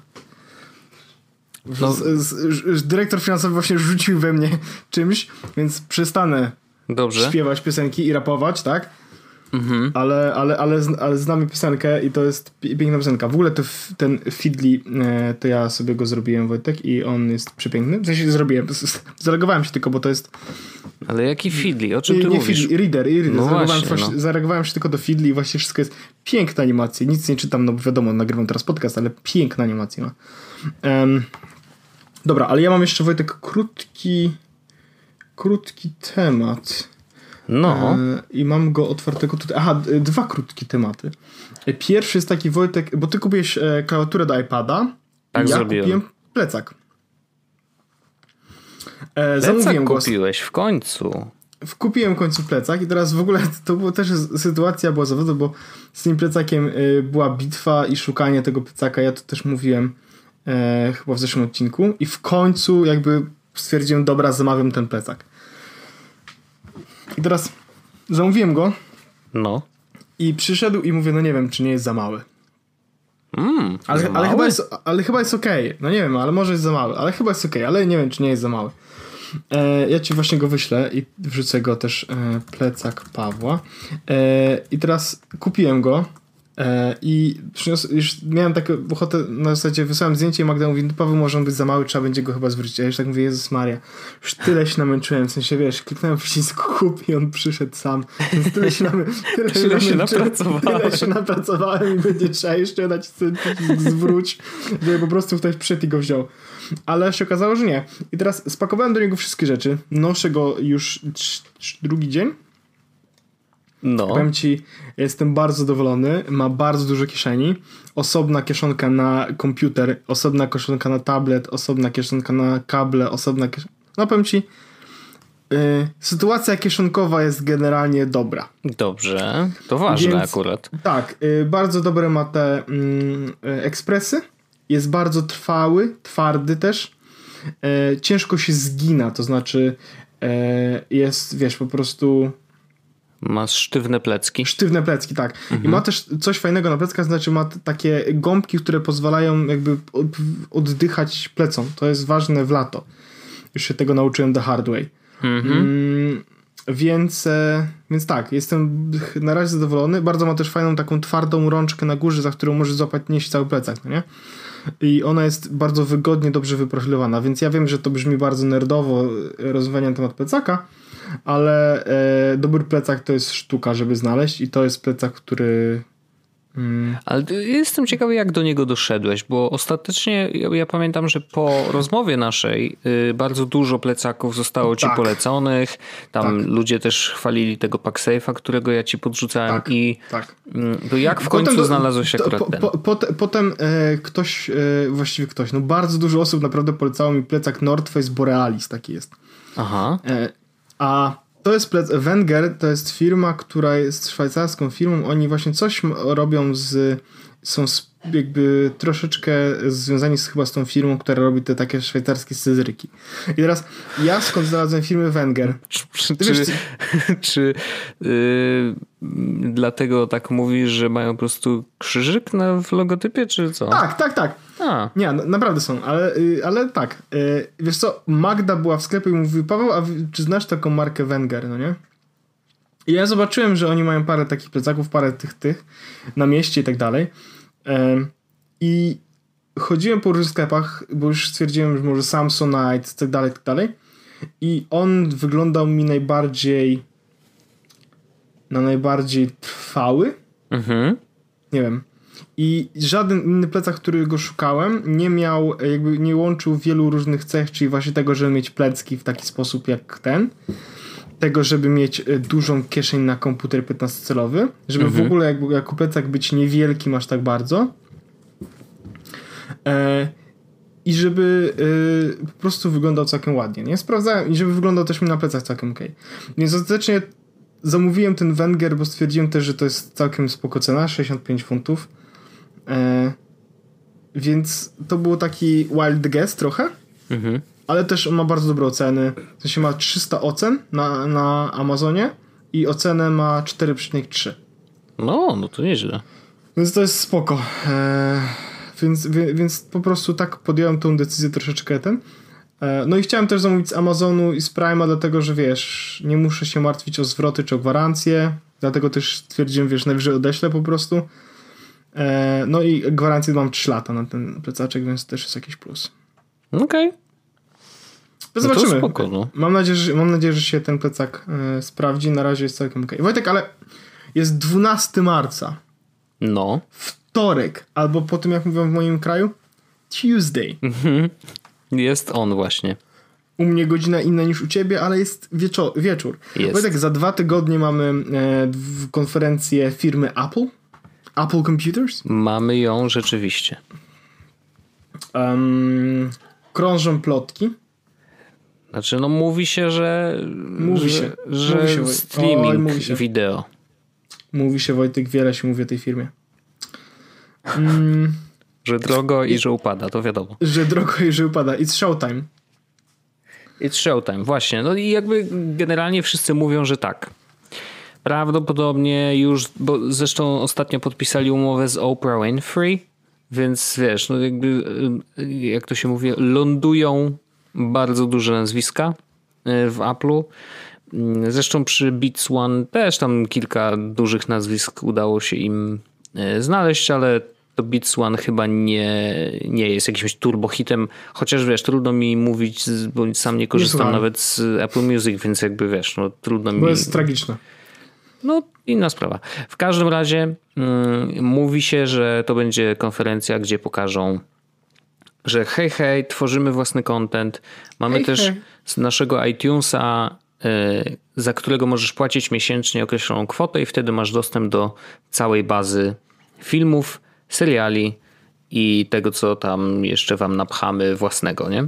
No. Z, z, z, dyrektor finansowy właśnie rzucił we mnie czymś, więc przestanę Dobrze. śpiewać piosenki i rapować, tak? Mhm. Ale, ale, ale, ale znamy piosenkę i to jest piękna piosenka. W ogóle to, ten Feedly, to ja sobie go zrobiłem, Wojtek, i on jest przepiękny. W sensie zrobiłem, zareagowałem się tylko, bo to jest... Ale jaki Feedly? O czym ty nie, mówisz? Feedly, reader, reader. No zareagowałem, właśnie, właśnie, no. zareagowałem się tylko do Feedly i właśnie wszystko jest piękna animacja. Nic nie czytam, no bo wiadomo, nagrywam teraz podcast, ale piękna animacja ma. Um, dobra, ale ja mam jeszcze, Wojtek, krótki krótki temat. No. E, I mam go otwartego tutaj. Aha, dwa krótkie tematy. Pierwszy jest taki, Wojtek, bo ty kupiłeś e, klawiaturę do iPada. Tak, ja zrobiłem. kupiłem plecak. E, plecak kupiłeś w końcu. Kupiłem w końcu plecak i teraz w ogóle to była też sytuacja była zawodowa, bo z tym plecakiem y, była bitwa i szukanie tego plecaka. Ja to też mówiłem e, chyba w zeszłym odcinku i w końcu jakby stwierdziłem, dobra, zamawiam ten plecak. I teraz zamówiłem go. No. I przyszedł i mówię, no nie wiem, czy nie jest za mały. Mm, ale, za ale, mały? chyba jest, ale chyba jest okej. Okay. No nie wiem, ale może jest za mały. Ale chyba jest okej, okay. Ale nie wiem, czy nie jest za mały. E, ja ci właśnie go wyślę i wrzucę go też e, plecak Pawła. E, I teraz kupiłem go E, I przynios, już miałem taką ochotę, na zasadzie wysłałem zdjęcie i Magda mówi, no Paweł, może on być za mały, trzeba będzie go chyba zwrócić. A ja już tak mówię, Jezus Maria, już tyle się namęczyłem, w sensie wiesz, kliknąłem przycisk kup i on przyszedł sam. Więc tyle się, namy, tyle tyle się, się napracowałem. Tyle się napracowałem i będzie trzeba jeszcze nacisnąć przycisk zwróć, żeby po prostu ktoś przyszedł i go wziął. Ale się okazało, że nie. I teraz spakowałem do niego wszystkie rzeczy. Noszę go już trz, trz, drugi dzień. No. Powiem ci, jestem bardzo zadowolony. Ma bardzo dużo kieszeni. Osobna kieszonka na komputer, osobna kieszonka na tablet, osobna kieszonka na kable, osobna kieszonka... No powiem ci, yy, sytuacja kieszonkowa jest generalnie dobra. Dobrze, to ważne Więc, akurat. Tak, yy, bardzo dobre ma te yy, ekspresy. Jest bardzo trwały, twardy też. Yy, ciężko się zgina, to znaczy yy, jest, wiesz, po prostu... Ma sztywne plecki. Sztywne plecki, tak. Mhm. I ma też coś fajnego na pleckach, znaczy ma t- takie gąbki, które pozwalają jakby oddychać plecom. To jest ważne w lato. Już się tego nauczyłem the hard way. Mhm. Mm, więc, e, więc tak, jestem na razie zadowolony. Bardzo ma też fajną taką twardą rączkę na górze, za którą możesz złapać, nieść cały plecak, no nie? I ona jest bardzo wygodnie, dobrze wyprofilowana, więc ja wiem, że to brzmi bardzo nerdowo, rozmawianie na temat plecaka, ale e, dobry plecak to jest sztuka, żeby znaleźć i to jest plecak, który... Mm. Ale jestem ciekawy, jak do niego doszedłeś, bo ostatecznie ja, ja pamiętam, że po rozmowie naszej y, bardzo dużo plecaków zostało ci tak. poleconych. Tam tak. ludzie też chwalili tego PackSafe'a, którego ja ci podrzucałem tak, i tak. Y, to jak w końcu potem, znalazłeś akurat po, ten? Po, po, potem e, ktoś, e, właściwie ktoś, no bardzo dużo osób naprawdę polecało mi plecak North Face Borealis, taki jest. Aha. E, a to jest plec... Wenger to jest firma, która jest szwajcarską firmą. Oni właśnie coś robią z... Są jakby troszeczkę związani z, chyba z tą firmą, która robi te takie szwajcarskie scyzoryki. I teraz ja skąd znalazłem firmę Wenger? Czy, czy, wiesz, czy yy, dlatego tak mówisz, że mają po prostu krzyżyk na, w logotypie, czy co? Tak, tak, tak. A. Nie, na, naprawdę są, ale, yy, ale tak. Yy, wiesz co, Magda była w sklepie i mówi, Paweł, a czy znasz taką markę Wenger, no nie? I ja zobaczyłem, że oni mają parę takich plecaków, parę tych, tych na mieście i tak dalej. I chodziłem po różnych sklepach, bo już stwierdziłem, że może Samsonite i tak dalej, tak dalej. I on wyglądał mi najbardziej na najbardziej trwały. Mhm. Nie wiem. I żaden inny plecak, którego szukałem, nie miał, jakby nie łączył wielu różnych cech, czyli właśnie tego, żeby mieć plecki w taki sposób jak ten. Tego, żeby mieć dużą kieszeń na komputer piętnastocalowy, żeby mhm. w ogóle jakby, jako plecak być niewielkim aż tak bardzo e, i żeby e, po prostu wyglądał całkiem ładnie, nie? Sprawdzałem i żeby wyglądał też mi na plecach całkiem okej. Okay. Więc ostatecznie zamówiłem ten Wenger, bo stwierdziłem też, że to jest całkiem spoko cena, sześćdziesiąt pięć funtów. E, więc to był taki wild guess trochę. Mhm. Ale też on ma bardzo dobre oceny. W sensie ma trzysta ocen na, na Amazonie i ocenę ma cztery przecinek trzy. No, no to nieźle. Więc to jest spoko. Eee, więc, wie, więc po prostu tak podjąłem tą decyzję troszeczkę ten. Eee, no i chciałem też zamówić z Amazonu i z Prime'a, dlatego że wiesz, nie muszę się martwić o zwroty czy o gwarancję. Dlatego też stwierdziłem, wiesz, najwyżej odeślę po prostu. Eee, no i gwarancję mam trzy lata na ten plecaczek, więc też jest jakiś plus. Okej. Okay. Zobaczymy. No to spoko, no. Mam nadzieję, że, mam nadzieję, że się ten plecak y, sprawdzi. Na razie jest całkiem okej. Okay. Wojtek, ale jest dwunastego marca. No. Wtorek. Albo po tym, jak mówią w moim kraju, Tuesday. Mhm. Jest on właśnie. U mnie godzina inna niż u ciebie, ale jest wieczo- wieczór. Jest. Wojtek, za dwa tygodnie mamy e, konferencję firmy Apple. Apple Computers. Mamy ją rzeczywiście. Um, krążą plotki. Znaczy, no mówi się, że mówi że, się, że mówi się, streaming Oj, mówi się. wideo. Mówi się, Wojtek, wiele się mówi o tej firmie. Mm, że drogo i że upada, to wiadomo. Że drogo i że upada. It's showtime. It's showtime, właśnie. No i jakby generalnie wszyscy mówią, że tak. Prawdopodobnie już, bo zresztą ostatnio podpisali umowę z Oprah Winfrey, więc wiesz, no jakby jak to się mówi, lądują bardzo duże nazwiska w Apple'u. Zresztą przy Beats One też tam kilka dużych nazwisk udało się im znaleźć, ale to Beats One chyba nie, nie jest jakimś turbohitem, chociaż wiesz, trudno mi mówić, bo sam nie korzystam nie nawet z Apple Music, więc jakby wiesz, no trudno bo mi... Bo jest tragiczne. No inna sprawa. W każdym razie mm, mówi się, że to będzie konferencja, gdzie pokażą, że hej, hej, tworzymy własny content. Mamy hej, też hej. z naszego iTunesa, y, za którego możesz płacić miesięcznie określoną kwotę i wtedy masz dostęp do całej bazy filmów, seriali i tego, co tam jeszcze wam napchamy własnego, nie?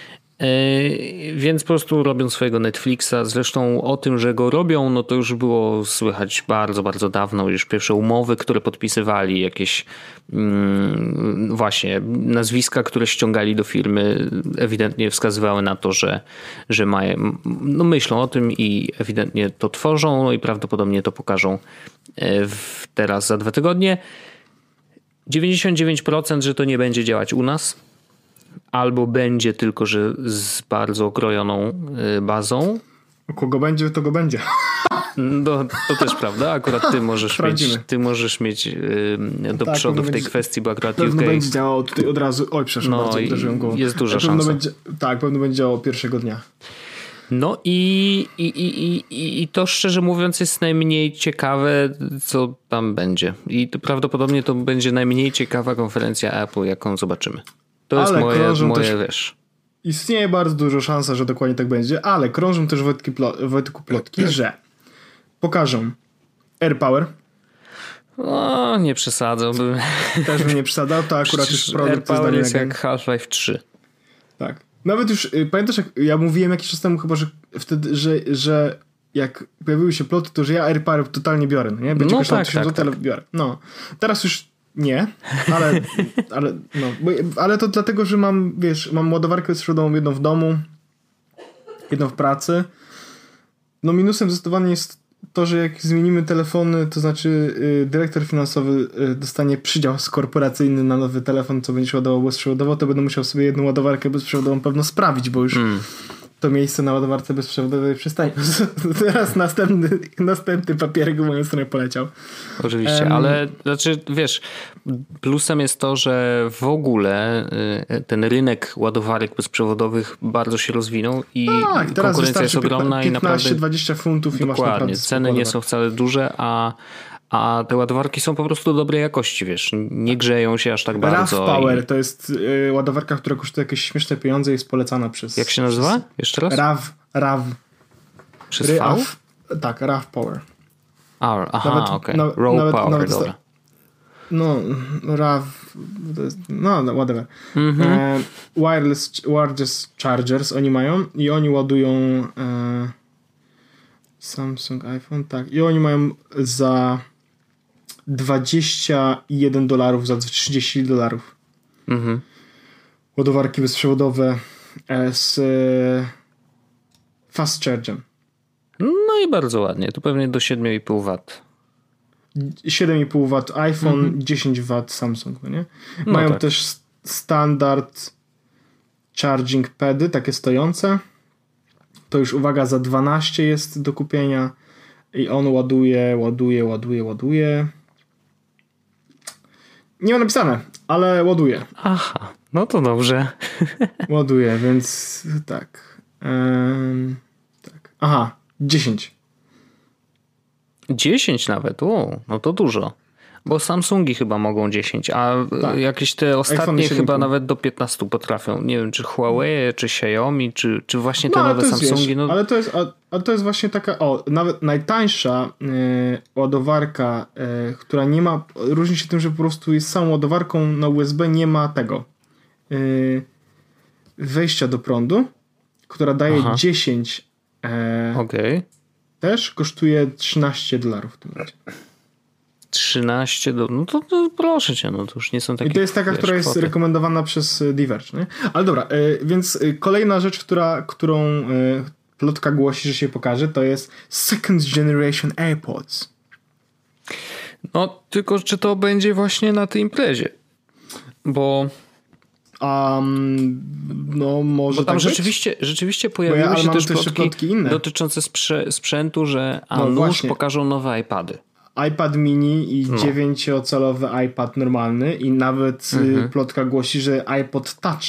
Yy, więc po prostu robią swojego Netflixa. Zresztą o tym, że go robią, no to już było słychać bardzo, bardzo dawno. Już pierwsze umowy, które podpisywali, jakieś yy, właśnie nazwiska, które ściągali do firmy, ewidentnie wskazywały na to, że, że mają, no myślą o tym i ewidentnie to tworzą, no i prawdopodobnie to pokażą w, teraz za dwa tygodnie. dziewięćdziesiąt dziewięć procent, że to nie będzie działać u nas. Albo będzie tylko, że z bardzo okrojoną bazą. U kogo będzie, to go będzie. No, to też prawda. Akurat ty możesz mieć, ty możesz mieć yy, do tak, przodu w tej będzie, kwestii, bo akurat pewno U K... będzie działało tutaj od razu. Oj, przepraszam, no bardzo uderzyłem go. Jest duża szansa. Będzie, tak, pewno będzie działało pierwszego dnia. No i, i, i, i, i to szczerze mówiąc jest najmniej ciekawe, co tam będzie. I to prawdopodobnie to będzie najmniej ciekawa konferencja Apple, jaką zobaczymy. To jest ale moje, moje też, wiesz. Istnieje bardzo duża szansa, że dokładnie tak będzie, ale krążą też Wojtki, Wojtku plotki, że pokażą AirPower. No, nie przesadzałbym. Też bym nie przesadzał, to akurat już produkt AirPower jest jak Half-Life trzy. Tak. Nawet już, pamiętasz jak ja mówiłem jakiś czas temu chyba, że wtedy, że, że jak pojawiły się ploty, to że ja AirPower totalnie biorę, no nie? Będzie no kosztował tak, tysiąc tak, złotych, tak. ale biorę. No. Teraz już nie, ale, ale, no, bo, ale to dlatego, że mam, wiesz, mam ładowarkę bezprzewodową, jedną w domu, jedną w pracy. No minusem zdecydowanie jest to, że jak zmienimy telefony, to znaczy y, dyrektor finansowy y, dostanie przydział korporacyjny na nowy telefon, co będzie się ładował bezprzewodowo, to będę musiał sobie jedną ładowarkę bezprzewodową pewno sprawić, bo już mm. to miejsce na ładowarce bezprzewodowej przystanie. Teraz następny, następny papierek w moją stronę poleciał. Oczywiście, um, ale znaczy wiesz, plusem jest to, że w ogóle ten rynek ładowarek bezprzewodowych bardzo się rozwinął i tak, konkurencja jest ogromna piętnaście, i naprawdę dwadzieścia funtów i masz naprawdę ceny nie są wcale duże, a A te ładowarki są po prostu dobrej jakości, wiesz, nie grzeją się aż tak bardzo. RAV Power i... to jest y, ładowarka, która kosztuje jakieś śmieszne pieniądze i jest polecana przez... Jak się nazywa? Przez... Jeszcze raz? RAV. RAV. Przez V? RAV, tak, RAV Power. R, aha, okej. Okay. Raw nawet, Power, nawet dobra. No, RAV, no, whatever. Mm-hmm. E, wireless, wireless chargers oni mają i oni ładują e, Samsung, iPhone, tak. I oni mają za dwadzieścia jeden dolarów, za trzydzieści dolarów. Mhm. Ładowarki bezprzewodowe z e, fast chargem. No i bardzo ładnie. Tu pewnie do siedem i pół wata. siedem i pół wata iPhone, mhm. dziesięć watów Samsung, no nie? No mają tak. też standard charging pady, takie stojące. To już uwaga, za dwanaście jest do kupienia i on ładuje, ładuje, ładuje, ładuje. Nie ma napisane, ale ładuje. Aha, no to dobrze. Ładuje, więc tak. Um, tak. Aha, dziesięć. dziesięć nawet, o, no to dużo. Bo Samsungi chyba mogą dziesięć, a tak. jakieś te ostatnie chyba nawet do piętnastu potrafią. Nie wiem, czy Huawei, czy Xiaomi, czy, czy właśnie te no, nowe Samsungi. Wiesz, no... Ale to jest, ale to jest właśnie taka, o, nawet najtańsza yy, ładowarka, yy, która nie ma, różni się tym, że po prostu jest samą ładowarką na U S B, nie ma tego yy, wejścia do prądu, która daje Aha. dziesięć yy, okay. też kosztuje trzynaście dolarów w tym razie. trzynaście do... No to, to proszę cię, no to już nie są takie... I to jest taka, wiesz, która jest kwoty. rekomendowana przez Diverge, nie? Ale dobra, y, więc y, kolejna rzecz, która, którą y, plotka głosi, że się pokaże, to jest Second Generation AirPods. No, tylko czy to będzie właśnie na tej imprezie? Bo... Um, no może Bo tam tak rzeczywiście, rzeczywiście pojawiły ja, się też plotki, plotki inne. dotyczące sprze- sprzętu, że a no nuż pokażą nowe iPady. iPad mini i no. dziewięciocalowy iPad normalny i nawet mhm. plotka głosi, że iPod Touch.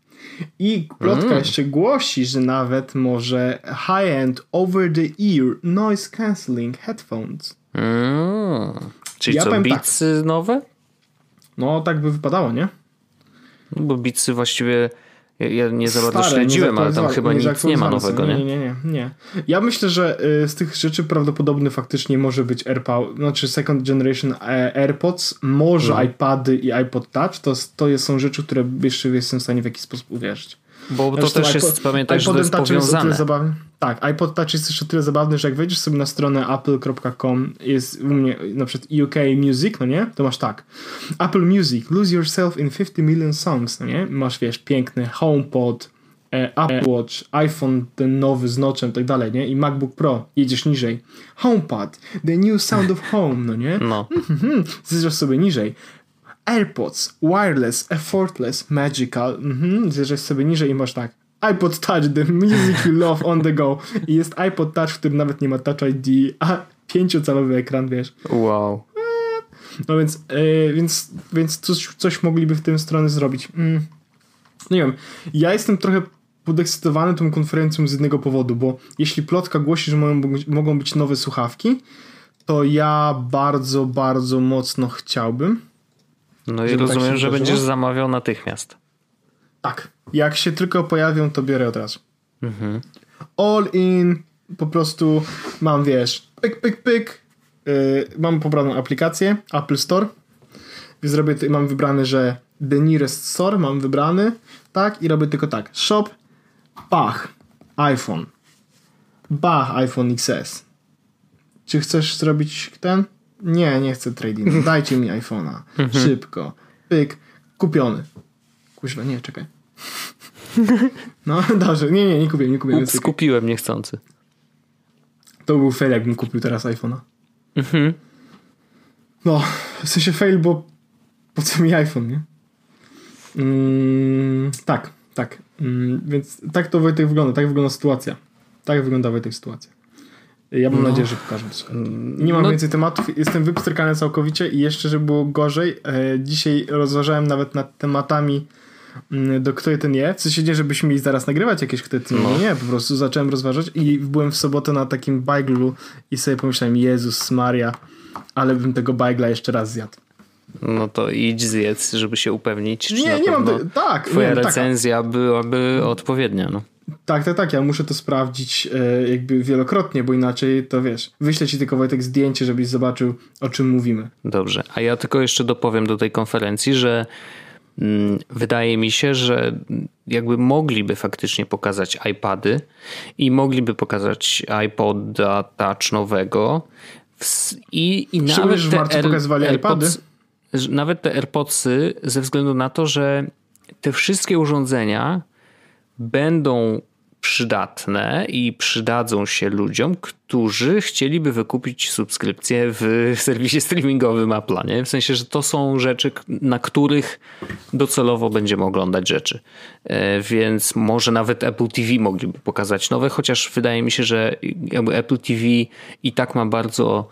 I plotka mm. jeszcze głosi, że nawet może high-end over-the-ear noise cancelling headphones. Mm. Czyli ja co, Beatsy tak. nowe? No tak by wypadało, nie? No bo Beatsy właściwie ja, ja nie za bardzo Stare, śledziłem, ale tam chyba nie nic nie ma nowego, nie? Nie, nie, nie, nie. Ja myślę, że y, z tych rzeczy prawdopodobnie faktycznie może być AirPods, znaczy second generation AirPods, może mm. iPady i iPod Touch, to, to są rzeczy, które jeszcze jestem w stanie w jakiś sposób uwierzyć. Bo to Zresztą też jest, pamiętaj, że to jest powiązane. Jest tak, iPod Touch jest jeszcze tyle zabawny, że jak wejdziesz sobie na stronę apple kropka com, jest u mnie na przykład U K Music, no nie? To masz tak. Apple Music, lose yourself in fifty million songs, no nie? Masz, wiesz, piękny HomePod, e, Apple Watch, iPhone ten nowy z notchem, tak dalej, nie? I MacBook Pro, jedziesz niżej. HomePod, the new sound of home, no nie? No. Zjeżdżasz sobie niżej. AirPods, wireless, effortless, magical. Mhm, zjeżdżasz sobie niżej i masz tak. iPod Touch, the music you love on the go. I jest iPod Touch, w którym nawet nie ma Touch I D, a pięciocalowy ekran, wiesz. Wow. No więc, yy, więc, więc coś, coś mogliby w tym strony zrobić. Mm. No nie wiem, ja jestem trochę podekscytowany tą konferencją z jednego powodu, bo jeśli plotka głosi, że mogą, mogą być nowe słuchawki, to ja bardzo, bardzo mocno chciałbym. No i rozumiem, tak że będziesz zamawiał natychmiast. Tak. Jak się tylko pojawią, to biorę od razu. Mhm. All in. Po prostu mam, wiesz, pyk, pyk, pyk. Yy, mam pobraną aplikację Apple Store. Zrobię, mam wybrane, że the nearest store mam wybrany. Tak. I robię tylko tak. Shop. Bach. iPhone. Bach. iPhone X S. Czy chcesz zrobić ten? Nie, nie chcę trading. Dajcie mi iPhone'a. Szybko. Pyk. Kupiony. Kuźwa, nie, czekaj. No, dobrze. Nie, nie, nie kupię, nie kupię. Ups, kupiłem niechcący. To był fail, jakbym kupił teraz iPhone'a. Mhm. No, w sensie fail, bo po co mi iPhone, nie? Mm, tak, tak. Mm, więc tak to, Wojtek, wygląda. Tak wygląda sytuacja. Tak wygląda, Wojtek, sytuacja. Ja mam no. nadzieję, że pokażę to. Nie mam no. więcej tematów. Jestem wypstrykany całkowicie i jeszcze, żeby było gorzej, e, dzisiaj rozważałem nawet nad tematami, m, do kto ten je. W sensie nie, żebyśmy mieli zaraz nagrywać jakieś kto ten no. nie, po prostu zacząłem rozważać i byłem w sobotę na takim bajglu i sobie pomyślałem, Jezus Maria, ale bym tego bajgla jeszcze raz zjadł. No to idź zjedz, żeby się upewnić, czy nie, na nie mam te... tak, twoja nie, recenzja tak. byłaby odpowiednia, no. Tak, tak, tak. Ja muszę to sprawdzić e, jakby wielokrotnie, bo inaczej to wiesz, wyślę ci tylko, Wojtek, zdjęcie, żebyś zobaczył, o czym mówimy. Dobrze, a ja tylko jeszcze dopowiem do tej konferencji, że mm, wydaje mi się, że jakby mogliby faktycznie pokazać iPady i mogliby pokazać iPoda Touch nowego w, i, i nawet w marcu te pokazywali AirPods, nawet te AirPodsy ze względu na to, że te wszystkie urządzenia będą przydatne i przydadzą się ludziom, którzy chcieliby wykupić subskrypcję w serwisie streamingowym Apple'a, nie? W sensie, że to są rzeczy, na których docelowo będziemy oglądać rzeczy. Więc może nawet Apple T V mogliby pokazać nowe, chociaż wydaje mi się, że jakby Apple T V i tak ma bardzo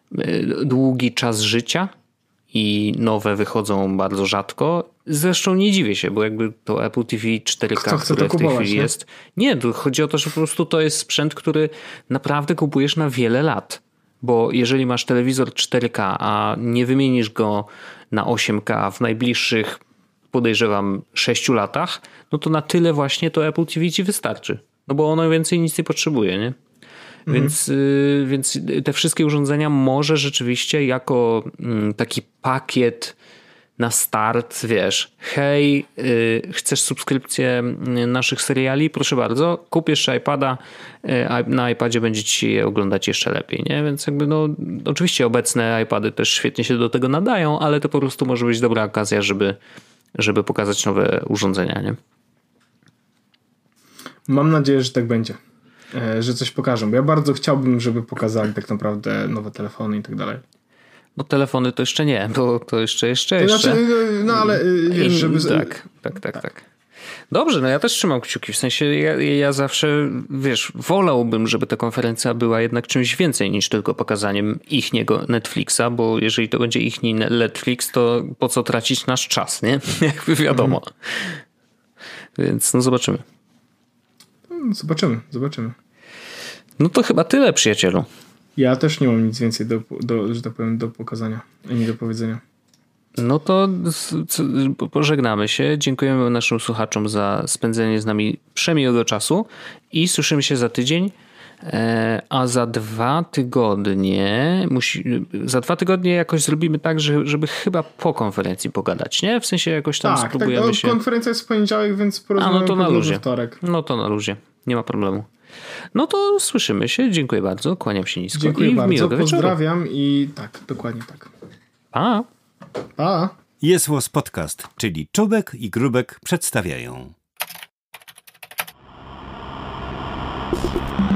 długi czas życia i nowe wychodzą bardzo rzadko. Zresztą nie dziwię się, bo jakby to Apple T V cztery K, które w tej kupować, chwili nie? jest... Nie, to chodzi o to, że po prostu to jest sprzęt, który naprawdę kupujesz na wiele lat. Bo jeżeli masz telewizor cztery K, a nie wymienisz go na osiem K w najbliższych, podejrzewam, sześciu latach, no to na tyle właśnie to Apple T V ci wystarczy. No bo ono więcej nic nie potrzebuje, nie? Mhm. Więc, y, więc te wszystkie urządzenia może rzeczywiście jako y, taki pakiet na start, wiesz, hej, y, chcesz subskrypcję naszych seriali? Proszę bardzo, kup jeszcze iPada, y, na iPadzie będzie ci je oglądać jeszcze lepiej, nie? Więc jakby no, oczywiście obecne iPady też świetnie się do tego nadają, ale to po prostu może być dobra okazja, żeby, żeby pokazać nowe urządzenia, nie? Mam nadzieję, że tak będzie. Że coś pokażą, bo ja bardzo chciałbym, żeby pokazali tak naprawdę nowe telefony i tak dalej. No telefony to jeszcze nie, to, to jeszcze, jeszcze, jeszcze. Znaczy, no ale wiesz, żeby... Tak, tak, tak, tak. Dobrze, no ja też trzymam kciuki, w sensie ja, ja zawsze, wiesz, wolałbym, żeby ta konferencja była jednak czymś więcej niż tylko pokazaniem ichniego Netflixa, bo jeżeli to będzie ichni Netflix, to po co tracić nasz czas, nie? Jakby wiadomo. Mhm. Więc no zobaczymy. Zobaczymy, zobaczymy. No to chyba tyle, przyjacielu. Ja też nie mam nic więcej do, do, że tak powiem, do pokazania, ani do powiedzenia. No to pożegnamy się. Dziękujemy naszym słuchaczom za spędzenie z nami przemiłego czasu i słyszymy się za tydzień. A za dwa tygodnie musi, za dwa tygodnie jakoś zrobimy tak, że, żeby chyba po konferencji pogadać, nie? W sensie jakoś tam tak, spróbujemy tak, się... konferencja jest w poniedziałek, więc porozmawiamy no to na luzie. wtorek. No to na luzie. Nie ma problemu. No to słyszymy się. Dziękuję bardzo. Kłaniam się nisko. Dziękuję i bardzo. Pozdrawiam i tak, dokładnie tak. Pa. Pa. Jest Was Podcast, czyli Czubek i Grubek przedstawiają.